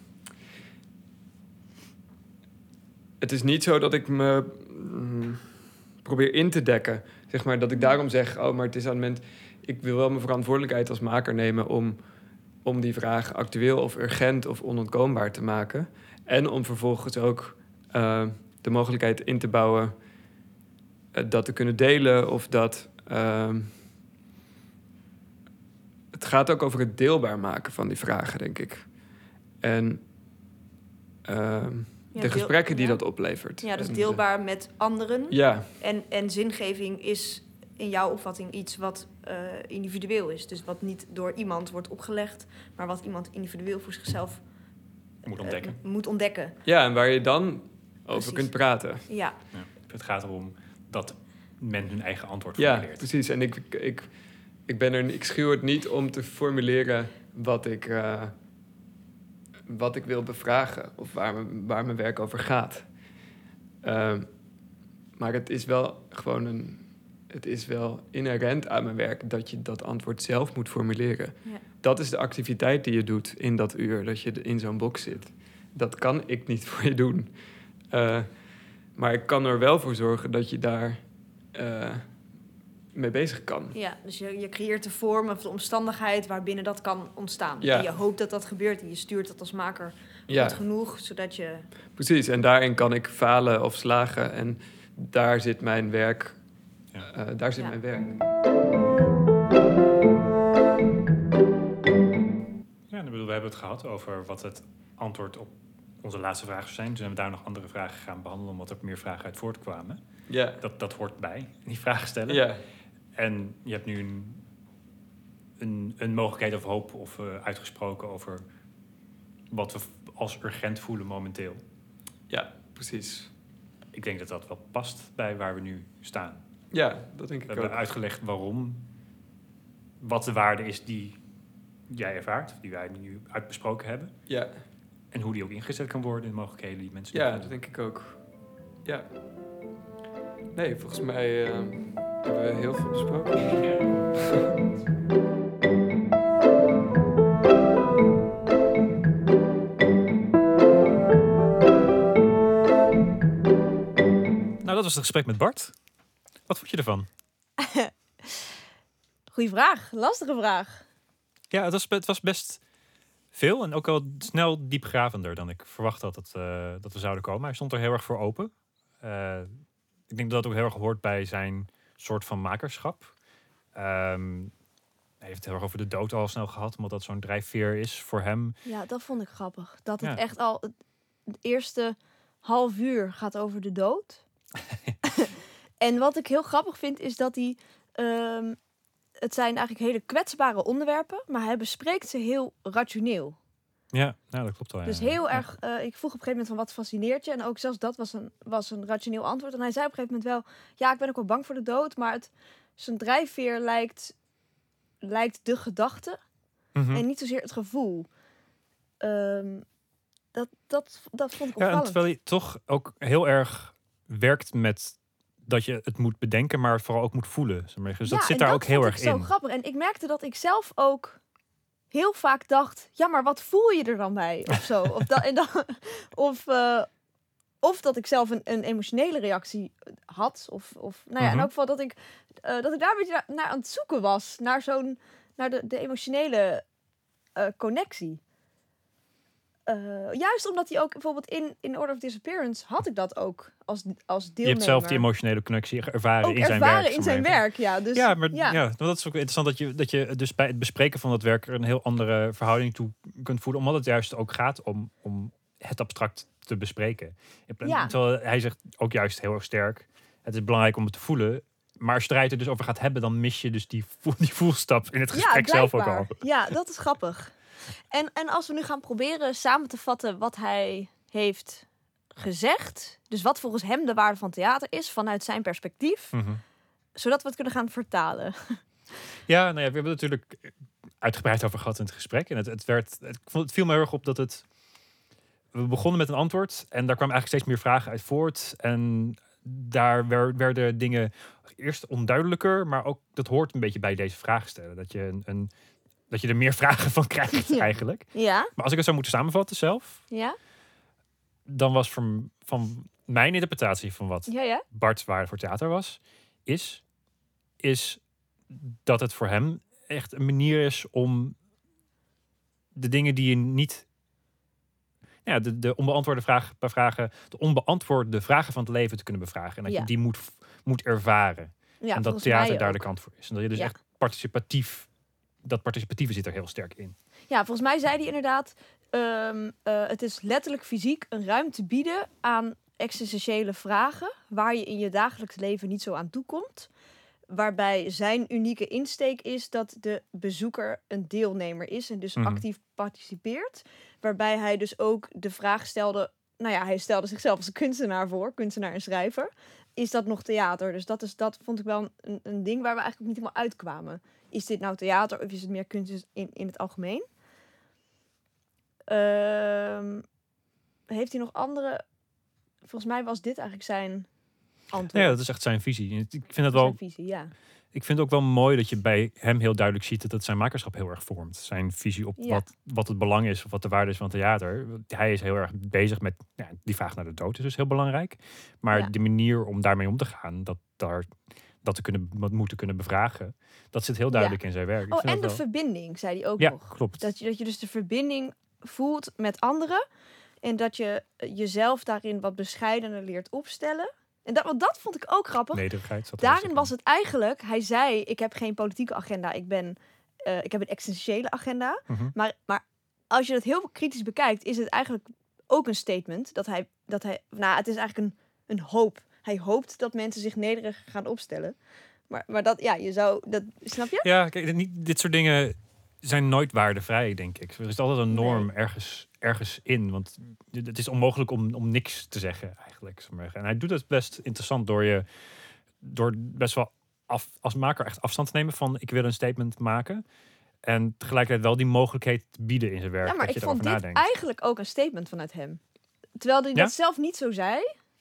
het is niet zo dat ik me mm, probeer in te dekken. Zeg maar, dat ik daarom zeg, oh, maar het is aan het moment, ik wil wel mijn verantwoordelijkheid als maker nemen om, om die vraag actueel of urgent of onontkoombaar te maken. En om vervolgens ook uh, de mogelijkheid in te bouwen uh, dat te kunnen delen of dat... Uh, het gaat ook over het deelbaar maken van die vragen, denk ik. En uh, Ja, de deel- gesprekken die ja. dat oplevert. Ja, dus En, deelbaar met anderen. uh, ja, En, en zingeving is in jouw opvatting iets wat uh, individueel is. Dus wat niet door iemand wordt opgelegd, maar wat iemand individueel voor zichzelf Je moet uh, ontdekken. moet ontdekken. ja, en waar je dan over Precies. kunt praten. Ja, Ja. Het gaat erom dat men hun eigen antwoord Ja, formuleert. precies. En ik, ik, ik, ben er, ik schuw het niet om te formuleren wat ik, uh, wat ik wil bevragen of waar, me, waar mijn werk over gaat. Uh, maar het is wel gewoon een... Het is wel inherent aan mijn werk dat je dat antwoord zelf moet formuleren. ja. Dat is de activiteit die je doet in dat uur, dat je in zo'n box zit. Dat kan ik niet voor je doen. Uh, maar ik kan er wel voor zorgen dat je daar uh, mee bezig kan. Ja, dus je, je creëert de vorm of de omstandigheid waarbinnen dat kan ontstaan. Ja. En je hoopt dat dat gebeurt en je stuurt dat als maker Ja, goed genoeg, zodat je... precies. En daarin kan ik falen of slagen. En daar zit mijn werk. Ja. Uh, daar zit Ja. mijn werk. Ja, ik bedoel, we hebben het gehad over wat het antwoord op onze laatste vraag zou zijn. Toen zijn we daar nog andere vragen gaan behandelen, omdat er meer vragen uit voortkwamen. Ja. Dat, dat hoort bij, die vragen stellen. Ja. En je hebt nu een, een, een mogelijkheid of hoop of uh, uitgesproken over wat we als urgent voelen momenteel. Ja, precies. Ik denk dat dat wel past bij waar we nu staan. Ja, dat denk We ik hebben ook. uitgelegd waarom, wat de waarde is die jij ervaart, die wij nu uitbesproken hebben. Ja. En hoe die ook ingezet kan worden in de mogelijkheden die mensen Ja, nu dat voelen. denk ik ook. Ja. Nee, volgens mij uh, hebben we heel veel besproken. Nou, dat was het gesprek met Bart. Wat vond je ervan? Goeie vraag, lastige vraag. Ja, het was, het was best veel en ook wel snel diepgravender dan ik verwacht had dat, uh, dat we zouden komen. Hij stond er heel erg voor open. Uh, ik denk dat dat ook heel erg hoort bij zijn soort van makerschap. Um, hij heeft het heel erg over de dood al snel gehad, omdat dat zo'n drijfveer is voor hem. Ja, dat vond ik grappig. Dat het Ja. echt al het, het eerste half uur gaat over de dood. En wat ik heel grappig vind, is dat hij... Um, het zijn eigenlijk hele kwetsbare onderwerpen, maar hij bespreekt ze heel rationeel. Ja, nou, dat klopt wel. Ja. Dus heel ja. erg... Uh, ik vroeg op een gegeven moment van wat fascineert je? En ook zelfs dat was een, was een rationeel antwoord. En hij zei op een gegeven moment wel... Ja, ik ben ook wel bang voor de dood, maar het, zijn drijfveer lijkt, lijkt de gedachte. Mm-hmm. En niet zozeer het gevoel. Um, dat, dat, dat vond ik Ja, opvallend. en terwijl je toch ook heel erg werkt met dat je het moet bedenken, maar vooral ook moet voelen. Zeg maar. Dus ja, dat zit daar dat ook heel erg vond ik in. zo grappig. En ik merkte dat ik zelf ook heel vaak dacht, ja, maar wat voel je er dan bij? Of zo. Of, dat, en dan, of, uh, of dat ik zelf een, een emotionele reactie had. Of, of nou ja, Mm-hmm. in elk geval dat ik, uh, dat ik daar een beetje naar, naar aan het zoeken was. Naar zo'n, naar de, de emotionele uh, connectie. Uh, juist omdat hij ook bijvoorbeeld in, in Order of Disappearance had ik dat ook als, als deelnemer. Je hebt zelf die emotionele connectie ervaren ook in zijn ervaren werk. in zijn werk, ja. Dus, ja, maar ja. ja, dat is ook interessant dat je, dat je dus bij het bespreken van dat werk er een heel andere verhouding toe kunt voelen. Omdat het juist ook gaat om, om het abstract te bespreken. Ja. Terwijl hij zegt ook juist heel erg sterk, het is belangrijk om het te voelen. Maar als je er het dus over gaat hebben, dan mis je dus die, voel, die voelstap in het gesprek ja, zelf ook al. Ja, dat is grappig. En, en als we nu gaan proberen samen te vatten wat hij heeft gezegd. Dus wat volgens hem de waarde van theater is vanuit zijn perspectief. Mm-hmm. Zodat we het kunnen gaan vertalen. Ja, nou ja, we hebben het natuurlijk uitgebreid over gehad in het gesprek. En het, het, werd, het, het viel me heel erg op dat het... We begonnen met een antwoord en daar kwamen eigenlijk steeds meer vragen uit voort. En daar werden dingen eerst onduidelijker, maar ook dat hoort een beetje bij deze vragen stellen. Dat je, een, een, dat je er meer vragen van krijgt ja. eigenlijk. Ja. Maar als ik het zou moeten samenvatten zelf, ja. dan was van, van mijn interpretatie van wat ja, ja. Bart's waarde voor theater was, is, is dat het voor hem echt een manier is om de dingen die je niet... Ja, de, de onbeantwoorde vragen, vragen, de onbeantwoorde vragen van het leven te kunnen bevragen. En dat ja. je die moet, moet ervaren. Ja, en dat theater daar ook. de kant voor is. En dat je dus ja. echt participatief... Dat participatieve zit er heel sterk in. Ja, volgens mij zei hij inderdaad... Um, uh, het is letterlijk fysiek een ruimte bieden aan existentiële vragen... waar je in je dagelijks leven niet zo aan toekomt. Waarbij zijn unieke insteek is dat de bezoeker een deelnemer is... en dus mm-hmm. actief participeert. Waarbij hij dus ook de vraag stelde... Nou ja, hij stelde zichzelf als een kunstenaar voor. Kunstenaar en schrijver. Is dat nog theater? Dus dat, is, dat vond ik wel een, een ding waar we eigenlijk ook niet helemaal uitkwamen. Is dit nou theater of is het meer kunst in, in het algemeen? Uh, heeft hij nog andere... Volgens mij was dit eigenlijk zijn antwoord. Ja, dat is echt zijn visie. Ik vind het wel... Zijn visie, ja. Ik vind het ook wel mooi dat je bij hem heel duidelijk ziet dat het zijn makerschap heel erg vormt. Zijn visie op ja. wat, wat het belang is of wat de waarde is van theater. Hij is heel erg bezig met... Ja, die vraag naar de dood is dus heel belangrijk. Maar ja. de manier om daarmee om te gaan, dat daar... dat te kunnen moeten kunnen bevragen. Dat zit heel duidelijk ja. in zijn werk. Oh, en de wel... verbinding, zei hij ook ja, nog. Klopt. Dat je, dat je dus de verbinding voelt met anderen. En dat je jezelf daarin wat bescheidener leert opstellen. En dat, want dat vond ik ook grappig. Nederigheid. Daarin was het eigenlijk... Hij zei, ik heb geen politieke agenda. Ik, ben, uh, ik heb een existentiële agenda. Mm-hmm. Maar, maar als je dat heel kritisch bekijkt... is het eigenlijk ook een statement. Dat hij... Dat hij nou, het is eigenlijk een, een hoop. Hij hoopt dat mensen zich nederig gaan opstellen. Maar, maar dat, ja, je zou... Dat, snap je? Ja, kijk, niet, dit soort dingen zijn nooit waardevrij, denk ik. Er is altijd een norm nee. ergens, ergens in. Want het is onmogelijk om, om niks te zeggen, eigenlijk. En hij doet het best interessant door je... door best wel af, als maker echt afstand te nemen van... ik wil een statement maken. En tegelijkertijd wel die mogelijkheid te bieden in zijn werk. Ja, maar dat ik je vond dit nadenkt. eigenlijk ook een statement vanuit hem. Terwijl hij ja? dat zelf niet zo zei...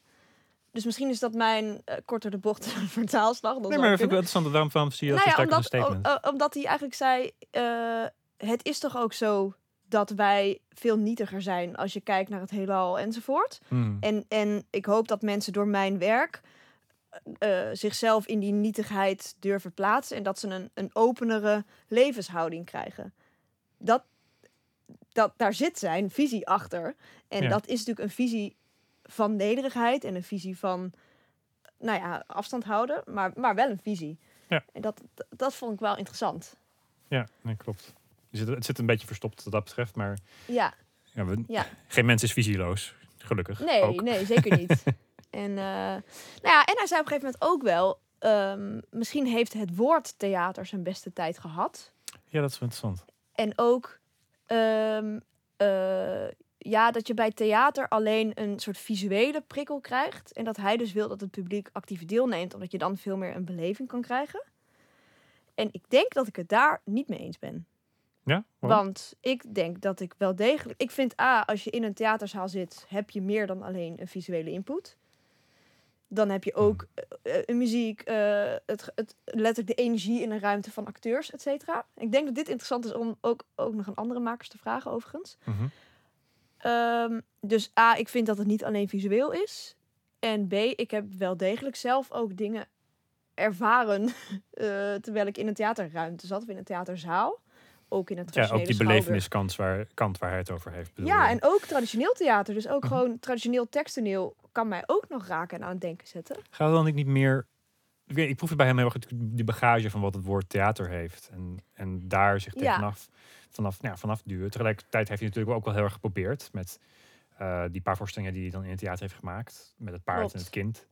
Dus misschien is dat mijn uh, korter de bocht vertaalslag. Dat nee, maar vind ik wel interessant. Waarom, waarom zie je dat nou zo ja, sterk omdat, als een statement? O, o, omdat hij eigenlijk zei... Uh, het is toch ook zo dat wij veel nietiger zijn... als je kijkt naar het heelal enzovoort. Hmm. En, en ik hoop dat mensen door mijn werk... Uh, zichzelf in die nietigheid durven plaatsen... en dat ze een, een openere levenshouding krijgen. Dat, dat, daar zit zijn visie achter. En ja. dat is natuurlijk een visie... van nederigheid en een visie van, nou ja, afstand houden, maar, maar wel een visie. Ja. En dat, dat vond ik wel interessant. Ja, nee, klopt. Je zit, het zit een beetje verstopt wat dat betreft, maar ja. Ja, we, ja. geen mens is visieloos, gelukkig. Nee, ook. nee, zeker niet. en, uh, nou ja, en hij zei op een gegeven moment ook wel, um, misschien heeft het woord theater zijn beste tijd gehad. Ja, dat is wel interessant. En ook... Um, uh, Ja, dat je bij theater alleen een soort visuele prikkel krijgt. En dat hij dus wil dat het publiek actief deelneemt. Omdat je dan veel meer een beleving kan krijgen. En ik denk dat ik het daar niet mee eens ben. Ja? Waarom? Want ik denk dat ik wel degelijk... Ik vind A, als je in een theaterzaal zit, heb je meer dan alleen een visuele input. Dan heb je ook uh, uh, muziek, uh, het, het, letterlijk de energie in een ruimte van acteurs, et cetera. Ik denk dat dit interessant is om ook, ook nog aan andere makers te vragen, overigens. Mm-hmm. Um, dus A, ik vind dat het niet alleen visueel is. En B, ik heb wel degelijk zelf ook dingen ervaren uh, terwijl ik in een theaterruimte zat of in een theaterzaal. Ook in een Ja, traditionele ook die schouwburg. beleveniskant waar, kant waar hij het over heeft. bedoel Ja, je? en ook traditioneel theater. Dus ook Mhm. gewoon traditioneel teksttoneel kan mij ook nog raken en aan het denken zetten. Gaat het dan niet meer... Ik, weet, ik proef bij hem heel erg die bagage van wat het woord theater heeft. En, en daar zich Ja. tegenaf vanaf, nou ja, vanaf duwen. Tegelijkertijd heeft hij natuurlijk ook wel heel erg geprobeerd met uh, die paar voorstellingen die hij dan in het theater heeft gemaakt. Met het paard Klopt. en het kind.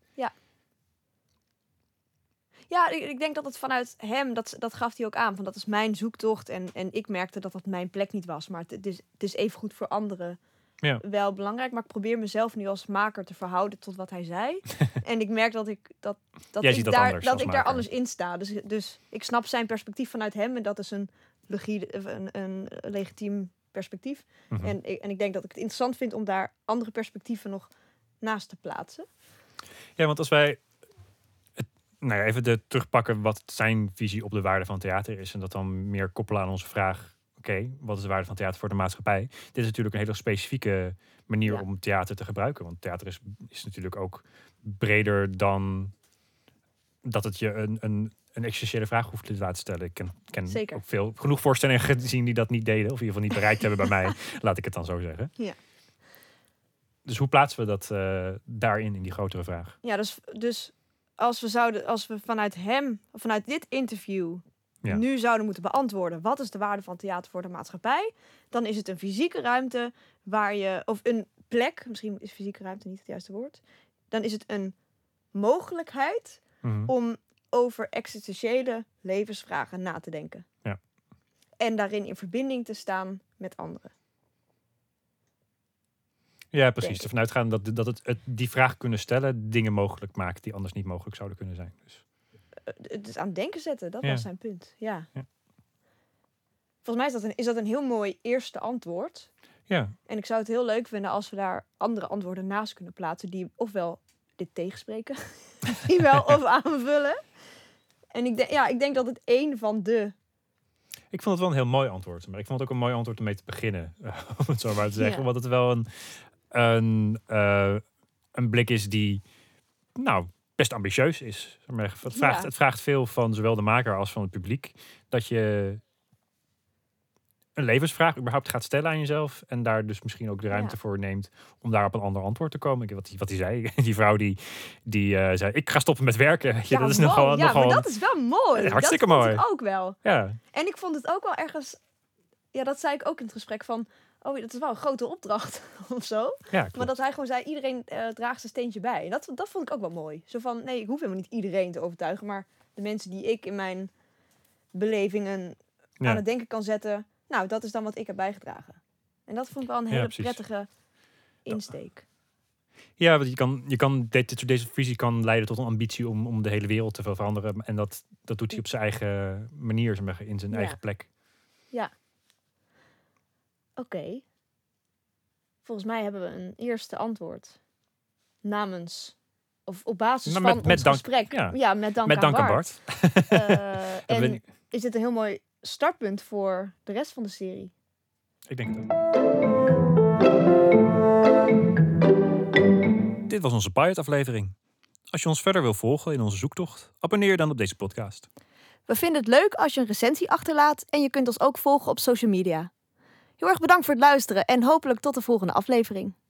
Ja, ik, ik denk dat het vanuit hem, dat, dat gaf hij ook aan. Van dat is mijn zoektocht. En, en ik merkte dat dat mijn plek niet was. Maar het, het, is, het is even goed voor anderen Ja. wel belangrijk. Maar ik probeer mezelf nu als maker te verhouden tot wat hij zei. En ik merk dat ik, dat, dat Jij ik, ziet dat daar, anders dat als ik daar maker. anders in sta. Dus, dus ik snap zijn perspectief vanuit hem. En dat is een, legide, een, een legitiem perspectief. Mhm. En, ik- en ik denk dat ik het interessant vind om daar andere perspectieven nog naast te plaatsen. Ja, want als wij het, nou ja, even de terugpakken wat zijn visie op de waarde van theater is. En dat dan meer koppelen aan onze vraag. Oké, okay, wat is de waarde van theater voor de maatschappij? Dit is natuurlijk een hele specifieke manier Ja. om theater te gebruiken. Want theater is, is natuurlijk ook breder dan dat het je een, een, een existentiële vraag hoeft te laten stellen. Ik ken, ken Zeker. ook veel, genoeg voorstellingen gezien die dat niet deden. Of in ieder geval niet bereikt hebben bij mij. Laat ik het dan zo zeggen. Ja. Dus hoe plaatsen we dat uh, daarin, in die grotere vraag? Ja, dus, dus als we zouden, als we vanuit hem, of vanuit dit interview, Ja. nu zouden moeten beantwoorden, wat is de waarde van theater voor de maatschappij? Dan is het een fysieke ruimte waar je, of een plek, misschien is fysieke ruimte niet het juiste woord. Dan is het een mogelijkheid Mm-hmm. om over existentiële levensvragen na te denken. Ja. En daarin in verbinding te staan met anderen. Ja, precies. Denk ik. Ervan uitgaan dat, dat het, het die vraag kunnen stellen dingen mogelijk maakt die anders niet mogelijk zouden kunnen zijn. Dus. Uh, het is aan het denken zetten, dat Ja. was zijn punt. Ja. Ja. Volgens mij is dat, een, is dat een heel mooi eerste antwoord. Ja, En ik zou het heel leuk vinden als we daar andere antwoorden naast kunnen plaatsen. Die ofwel dit tegenspreken, die wel of aanvullen. En ik, denk, ja, ik denk dat het één van de... ik vond het wel een heel mooi antwoord. Maar ik vond het ook een mooi antwoord om mee te beginnen. Om het zo maar te zeggen. Ja. Want het wel een, een, uh, een blik is die nou, best ambitieus is. Het vraagt, Ja. het vraagt veel van zowel de maker als van het publiek. Dat je een levensvraag überhaupt gaat stellen aan jezelf. En daar dus misschien ook de ruimte Ja. voor neemt om daar op een ander antwoord te komen. Ik, wat, hij, wat hij zei, die vrouw die, die uh, zei, ik ga stoppen met werken. Ja, Ja, dat is mooi. nogal, ja nogal maar dat is wel mooi. Ja, hartstikke dat vond mooi. ik ook wel. Ja, En ik vond het ook wel ergens... Ja, dat zei ik ook in het gesprek van... Oh, dat is wel een grote opdracht of zo. ja, klopt. Maar dat hij gewoon zei, iedereen uh, draagt zijn steentje bij. En dat, dat vond ik ook wel mooi. Zo van, nee, ik hoef helemaal niet iedereen te overtuigen. Maar de mensen die ik in mijn belevingen Ja. aan het denken kan zetten... Nou, dat is dan wat ik heb bijgedragen. En dat vond ik wel een Ja, hele precies. prettige insteek. Ja, want je kan, je kan dit, deze visie kan leiden tot een ambitie om, om de hele wereld te veranderen. En dat, dat doet hij op zijn eigen manier, zeg maar, in zijn Ja. eigen plek. Ja. Oké. Okay. Volgens mij hebben we een eerste antwoord. Namens... Of op basis Nou, van met- met ons dank- gesprek. ja. Ja, met dank Met aan dank aan Bart. Bart. Uh, Dat ben en ik- is dit een heel mooi startpunt voor de rest van de serie. Ik denk het ook. Dit was onze pilot-aflevering. Als je ons verder wil volgen in onze zoektocht, abonneer je dan op deze podcast. We vinden het leuk als je een recensie achterlaat en je kunt ons ook volgen op social media. Heel erg bedankt voor het luisteren en hopelijk tot de volgende aflevering.